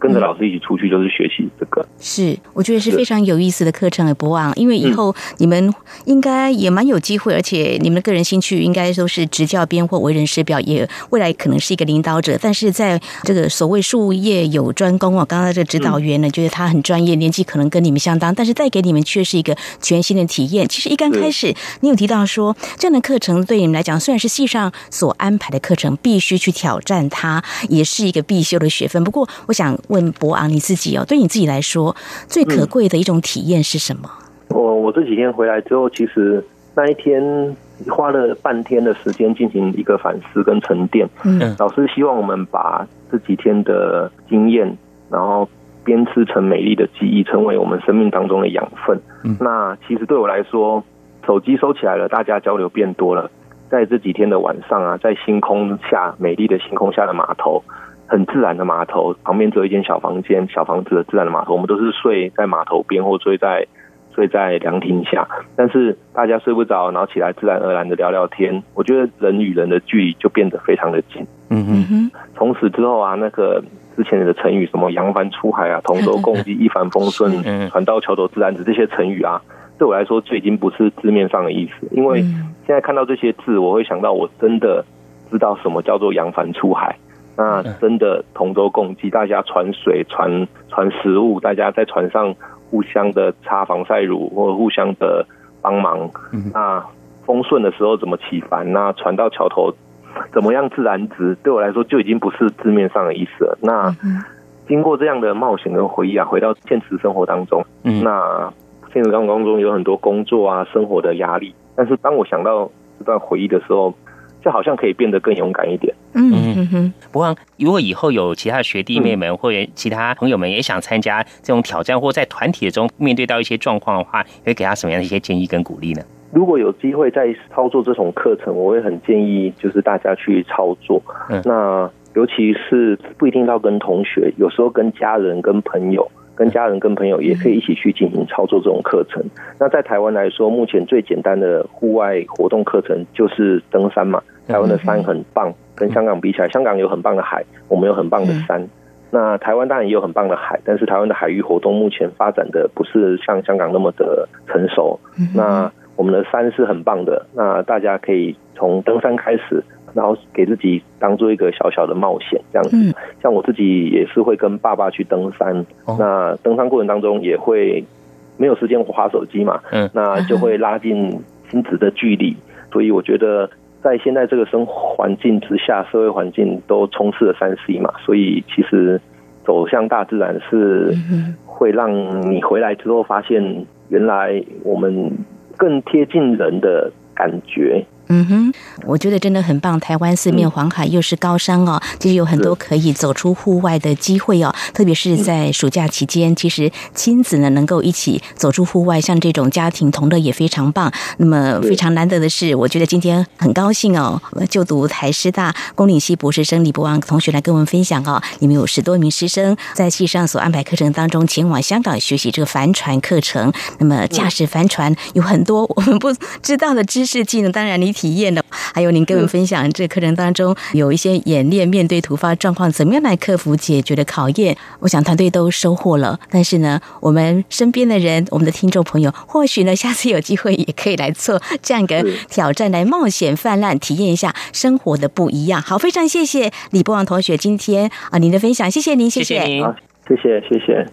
跟着老师一起出去就是学习这个。 是，我觉得是非常有意思的课程，博昂，因为以后你们应该也蛮有机会，而且你们的个人兴趣应该都是执教编或为人师表，也未来可能是一个领导者。但是在这个所谓术业有专攻刚刚这个指导员呢，觉得他很专业，年纪可能跟你们相当，但是带给你们却是一个全新的体验。其实一刚开始你有提到说，这样的课程对你们来讲虽然是系上所安排的课程，必须去挑战它，也是一个必修的学分。不过我想问博昂你自己对你自己来说最可贵的一种体验是什么？ 我这几天回来之后，其实那一天花了半天的时间进行一个反思跟沉淀。老师希望我们把这几天的经验，然后编织成美丽的记忆，成为我们生命当中的养分。那其实对我来说，手机收起来了，大家交流变多了。在这几天的晚上啊，在星空下，美丽的星空下的码头，很自然的码头，旁边只有一间小房间，小房子的自然的码头，我们都是睡在码头边或睡在凉亭下，但是大家睡不着，然后起来自然而然的聊聊天，我觉得人与人的距离就变得非常的近。从此之后啊，那个之前的成语什么扬帆出海啊，同舟共济，一帆风顺，船到桥头自然直，这些成语啊，对我来说就已经不是字面上的意思，因为现在看到这些字，我会想到我真的知道什么叫做扬帆出海。那真的同舟共济，大家传水传食物，大家在船上互相的擦防晒乳或者互相的帮忙。那风顺的时候怎么起帆，那船到桥头怎么样自然直，对我来说就已经不是字面上的意思了。那经过这样的冒险跟回忆啊，回到现实生活当中，那现实生活当中有很多工作啊生活的压力，但是当我想到这段回忆的时候，就好像可以变得更勇敢一点。 不过如果以后有其他学弟妹们或者其他朋友们也想参加这种挑战，或在团体中面对到一些状况的话，你会给他什么样的一些建议跟鼓励呢？ 如果有机会在操作这种课程，我会很建议就是大家去操作。那尤其是不一定要跟同学，有时候跟家人跟朋友也可以一起去进行操作这种课程。那在台湾来说，目前最简单的户外活动课程就是登山嘛。台湾的山很棒，跟香港比起来，香港有很棒的海，我们有很棒的山。那台湾当然也有很棒的海，但是台湾的海域活动目前发展的不是像香港那么的成熟。那我们的山是很棒的，那大家可以从登山开始，然后给自己当做一个小小的冒险这样子。像我自己也是会跟爸爸去登山，那登山过程当中也会没有时间滑手机嘛，那就会拉近亲子的距离。所以我觉得在现在这个生活环境之下，社会环境都充斥了3C 嘛，所以其实走向大自然是会让你回来之后发现，原来我们更贴近人的感觉。 我觉得真的很棒。台湾四面环海，又是高山其实有很多可以走出户外的机会特别是在暑假期间，其实亲子呢能够一起走出户外，像这种家庭同乐也非常棒。那么非常难得的是，我觉得今天很高兴就读台师大公领系博士生李博昂同学来跟我们分享你们有10多名师生在系上所安排课程当中前往香港学习这个帆船课程。那么驾驶帆船有很多我们不知道的知识技能，当然你体验了，还有您跟我们分享这个课程当中有一些演练面对突发状况怎么样来克服解决的考验，我想团队都收获了。但是呢，我们身边的人，我们的听众朋友，或许呢下次有机会也可以来做这样一个挑战，来冒险泛滥，体验一下生活的不一样。好，非常谢谢李博昂同学今天您的分享，谢谢您，谢谢您， 谢谢。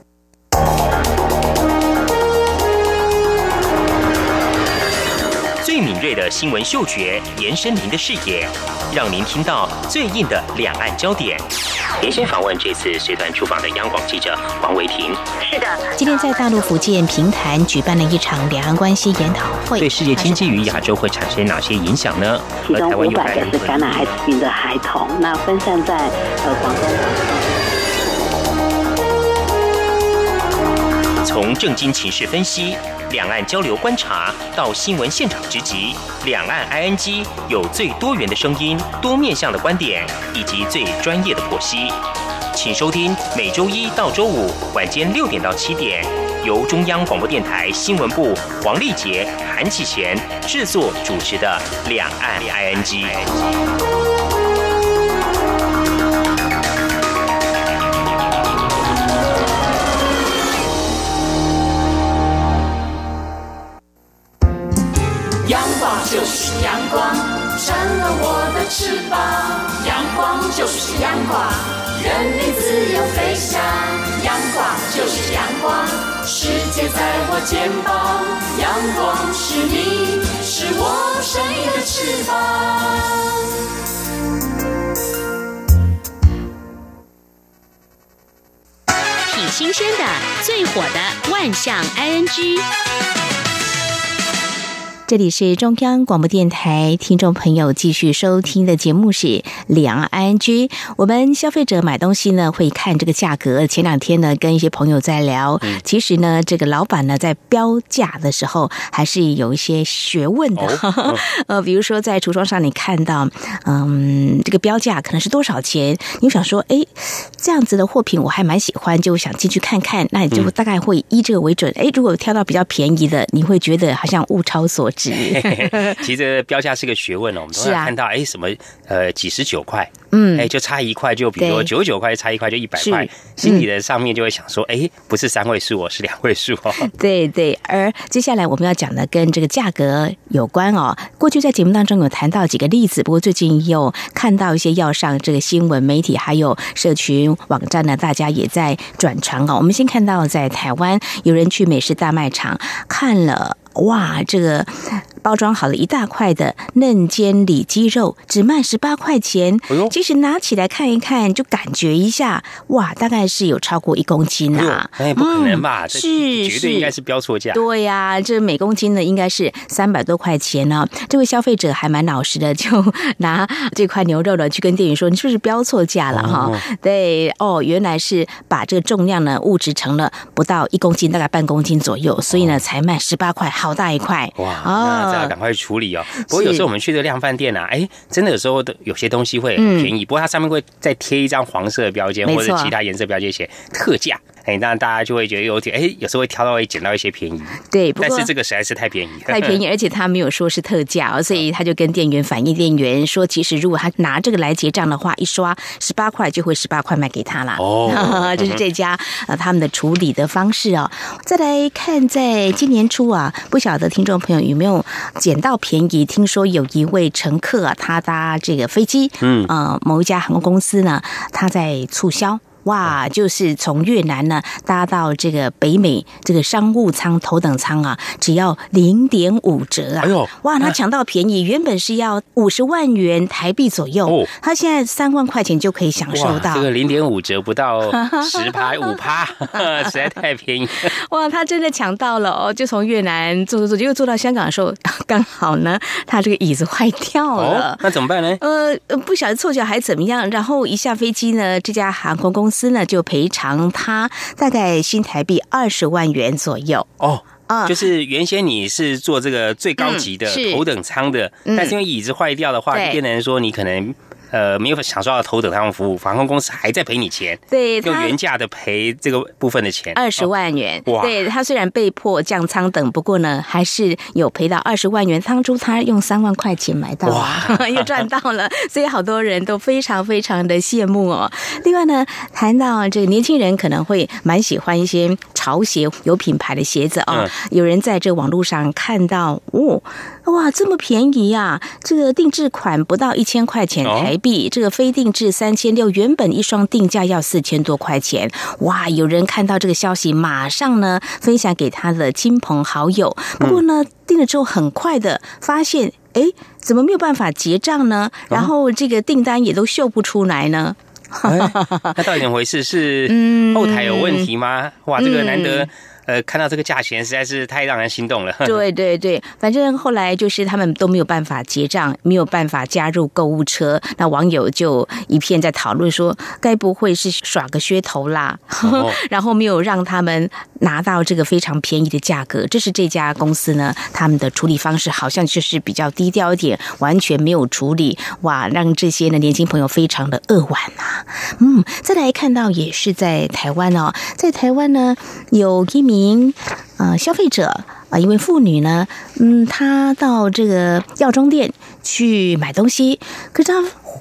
最敏锐的新闻嗅觉，延伸您的视野，让您听到最硬的两岸焦点。连线访问这次随团出访的央广记者王维婷。 是的，今天在大陆福建平潭举办了一场两岸关系研讨会， 对世界经济与亚洲会产生哪些影响呢？ 其中500个是感染艾滋病的孩童，那分散在广东。 从政经情势分析、两岸交流观察到新闻现场直击，两岸 ING 有最多元的声音、多面向的观点以及最专业的剖析。请收听每周1到周5晚间6点到7点，由中央广播电台新闻部黄丽杰、韩启贤制作主持的《两岸 ING》。 阳光就是阳光，成了我的翅膀。阳光就是阳光，人民自由飞翔。阳光就是阳光，世界在我肩膀。阳光是你，是我生命的翅膀。 挺新鲜的，最火的万象 ING。这里是中央广播电台，听众朋友继续收听的节目是两岸 ING。我们消费者买东西呢会看这个价格。前两天呢跟一些朋友在聊，其实呢这个老板呢在标价的时候还是有一些学问的。比如说在橱窗上你看到这个标价可能是多少钱，你想说这样子的货品我还蛮喜欢，就想进去看看，那你就大概会依这个为准。如果挑到比较便宜的，你会觉得好像物超所值。 其实这个标价是个学问哦，我们都会看到什么几十9块，就差1块，就比如说99块差1块就100块，心里的上面就会想说，不是3位数哦，是2位数哦。 对对，而接下来我们要讲的跟这个价格有关哦。过去在节目当中有谈到几个例子，不过最近又看到一些要上这个新闻媒体还有社群网站呢，大家也在转传哦。我们先看到在台湾有人去美式大卖场看了。哇，这个包装好了一大块的嫩煎里脊肉只卖18块钱，其实拿起来看一看就感觉一下，哇，大概是有超过1公斤啊！ 不可能吧？是绝对应该是标错价。 对呀，这每公斤呢应该是300多块钱呢。这位消费者还蛮老实的，就拿这块牛肉呢去跟店员说：“你是不是标错价了哈？”对，原来是把这个重量呢误植成了不到1公斤，大概半公斤左右，所以呢才卖18块。好大一块哇！那这要赶快处理哦。不过有时候我们去的量贩店啊，真的有时候有些东西会很便宜，不过它上面会再贴一张黄色的标签或者其他颜色标签写特价。那大家就会觉得有时候会挑到捡到一些便宜，对，但是这个实在是太便宜， 太便宜，而且他没有说是特价所以他就跟店员反映，店员说，其实如果他拿这个来结账的话，一刷18块就会18块卖给他啦。这是这家他们的处理的方式哦。再来看，在今年初啊，不晓得听众朋友有没有捡到便宜？听说有一位乘客啊，他搭这个飞机，某一家航空公司呢，他在促销。哇，就是从越南呢搭到这个北美这个商务舱头等舱啊，只要0.5折啊！哇，他抢到便宜，原本是要50万元台币左右，他现在3万块钱就可以享受到。 这个0.5折不到10%、5%，实在太便宜。 哇，他真的抢到了就从越南坐，结果坐到香港的时候，刚好呢，他这个椅子坏掉了。 那怎么办呢？ 不晓得凑巧还怎么样，然后一下飞机呢，这家航空公司呢就赔偿他大概新台币20万元左右。 就是原先你是坐这个最高级的头等舱的，但是因为椅子坏掉的话，就变成说你可能没有享受到头等舱服务，航空公司还在赔你钱，对，用原价的赔这个部分的钱 ，20万元。对，他虽然被迫降舱等，不过呢，还是有赔到20万元。当初他用3万块钱买到，又赚到了，所以好多人都非常非常的羡慕哦。另外呢，谈到这个年轻人可能会蛮喜欢一些潮鞋，有品牌的鞋子有人在这网络上看到哇，这么便宜啊！这个定制款不到1000块钱台币，这个非定制3600，原本一双定价要4000多块钱。哇，有人看到这个消息，马上呢分享给他的亲朋好友。不过呢，订了之后很快的发现，怎么没有办法结账呢？然后这个订单也都秀不出来呢。 那到底怎么回事？是后台有问题吗？哇，这个难得。看到这个价钱实在是太让人心动了。对对对，反正后来就是他们都没有办法结账，没有办法加入购物车，那网友就一片在讨论说，该不会是耍个噱头啦？然后没有让他们拿到这个非常便宜的价格。这是这家公司呢，他们的处理方式好像就是比较低调一点，完全没有处理，哇，让这些呢年轻朋友非常的扼腕啊。再来看到也是在台湾哦，在台湾呢有一名消费者一位妇女呢，她到这个药妆店去买东西，可是她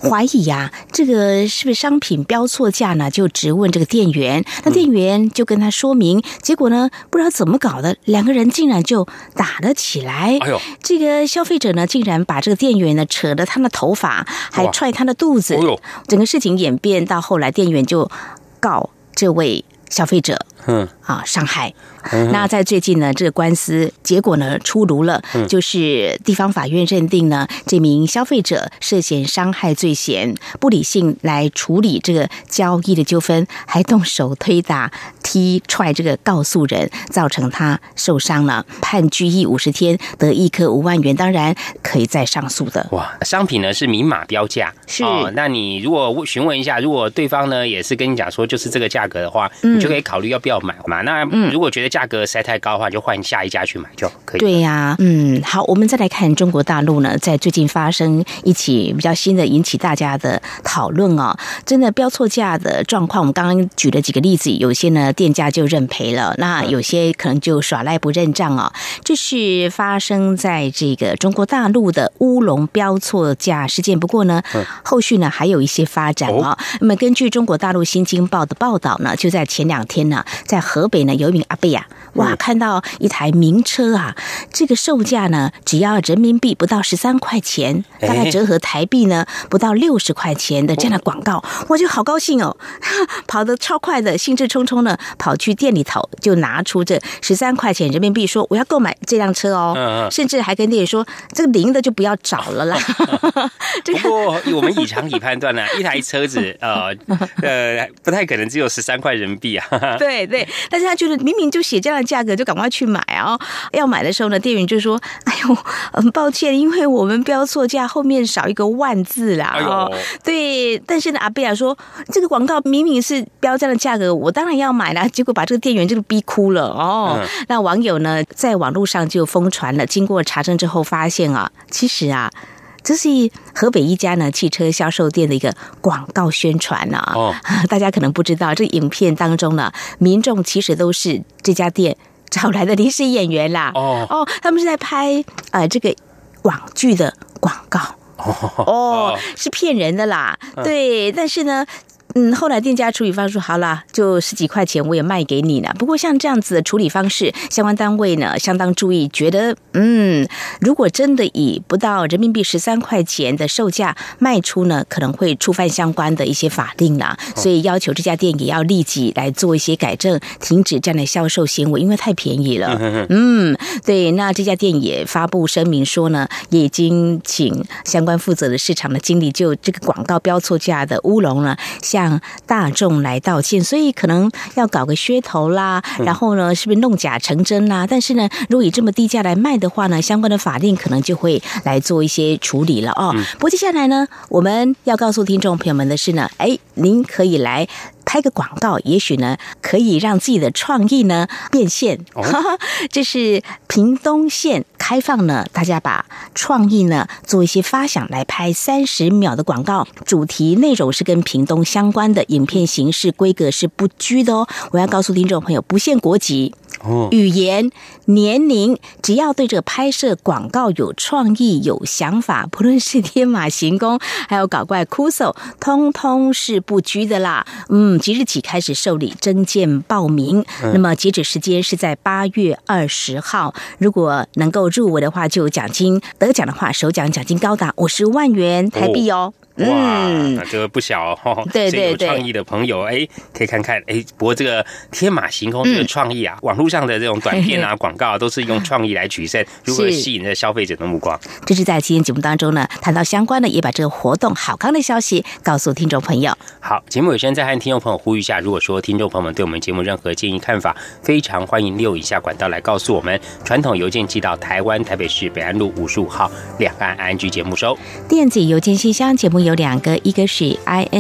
怀疑啊，这个是不是商品标错价呢？就质问这个店员，那店员就跟他说明，结果呢，不知道怎么搞的，两个人竟然就打了起来。哎呦，这个消费者呢，竟然把这个店员呢扯了他的头发，还踹他的肚子。整个事情演变到后来，店员就告这位消费者伤害。那在最近呢，这个官司结果呢出炉了，就是地方法院认定呢，这名消费者涉嫌伤害罪嫌，不理性来处理这个交易的纠纷，还动手推打、踢踹这个告诉人，造成他受伤了，判拘役50天，得1科5万元，当然可以再上诉的。 哇，商品呢是明码标价，是那你如果询问一下，如果对方呢也是跟你讲说就是这个价格的话，你就可以考虑要不要买嘛。那如果觉得价格实在太高的话，就换下一家去买就可以。 对呀，好，我们再来看中国大陆呢，在最近发生一起比较新的引起大家的讨论哦，真的标错价的状况，我们刚刚举了几个例子，有些呢店家就认赔了，那有些可能就耍赖不认账哦。这是发生在这个中国大陆的乌龙标错价事件，不过呢，后续呢还有一些发展哦。那么根据中国大陆新京报的报道呢，就在前2天呢，在河北呢有一名阿伯啊，哇，看到一台名车啊，这个售价呢只要人民币不到13块钱，大概折合台币呢不到60块钱的这样的广告，我就好高兴哦，跑得超快的，兴致冲冲的跑去店里头，就拿出这13块钱人民币，说我要购买这辆车哦，甚至还跟店员说这个零的就不要找了啦。 不过我们以常理判断呢，一台车子不太可能只有13块人民币啊。 对对，但是他觉得明明就写这样的价格，就赶快去买哦。要买的时候呢，店员就说：“哎呦，很抱歉，因为我们标错价，后面少一个万字啦。”哦，对。但是呢，阿贝亚说这个广告明明是标这样的价格，我当然要买啦。结果把这个店员这个逼哭了哦。那网友呢，在网络上就疯传了。经过查证之后，发现啊，其实啊，这是河北一家呢汽车销售店的一个广告宣传啊。大家可能不知道，这个影片当中呢，民众其实都是这家店找来的临时演员啦。他们是在拍这个网剧的广告。是骗人的啦。对，但是呢，后来店家处理方说好啦，就10几块钱我也卖给你了。不过像这样子的处理方式，相关单位呢相当注意，觉得如果真的以不到人民币13块钱的售价卖出呢，可能会触犯相关的一些法令啦，所以要求这家店也要立即来做一些改正，停止这样的销售行为，因为太便宜了。对，那这家店也发布声明说呢，也已经请相关负责的市场的经理就这个广告标错价的乌龙呢，向大众来道歉，所以可能要搞个噱头啦，然后呢，是不是弄假成真啦？但是呢，如果以这么低价来卖的话呢，相关的法令可能就会来做一些处理了哦。不过接下来呢，我们要告诉听众朋友们的是呢，您可以来拍个广告，也许呢可以让自己的创意呢变现。这是屏东县开放呢，大家把创意呢做一些发想，来拍30秒的广告，主题内容是跟屏东相关的，影片形式规格是不拘的哦。我要告诉听众朋友，不限国籍、语言、年龄，只要对这个拍摄广告有创意、有想法，不论是天马行空，还有搞怪酷手，通通是不拘的啦。即日起开始受理征件报名，那么截止时间是在8月20号。如果能够入围的话，就有奖金；得奖的话，首奖奖金高达50万元台币哦。 哇，那这个不小哦。对对对，有创意的朋友可以看看。不过这个天马行空这个创意啊，网络上的这种短片啊、广告都是用创意来取胜，如何吸引着消费者的目光？ 这是在今天节目当中呢，谈到相关的，也把这个活动好康的消息告诉听众朋友。 好，节目尾声再和听众朋友呼吁一下，如果说听众朋友们对我们节目任何建议看法，非常欢迎利用以下管道来告诉我们。传统邮件寄到台湾台北市北安路55号两岸安居节目收。 电子邮件信箱节目有2个，一个是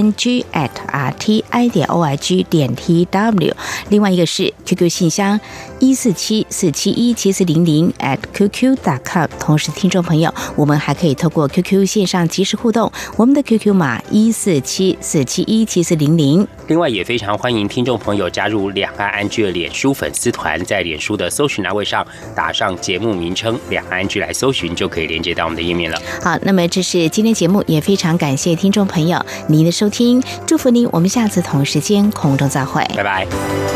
ing@rti.org.tw， 另外一个是 QQ 信箱147471740@qq.com。 同时听众朋友，我们还可以透过 QQ 线上即时互动，我们的 QQ 码14747174000。 另外也非常欢迎听众朋友加入两岸安居的脸书粉丝团，在脸书的搜寻栏位上打上节目名称两岸安居来搜寻，就可以连接到我们的页面了。 好，那么这是今天节目，也非常感感谢听众朋友您的收听，祝福您，我们下次同一时间空中再会， 拜拜。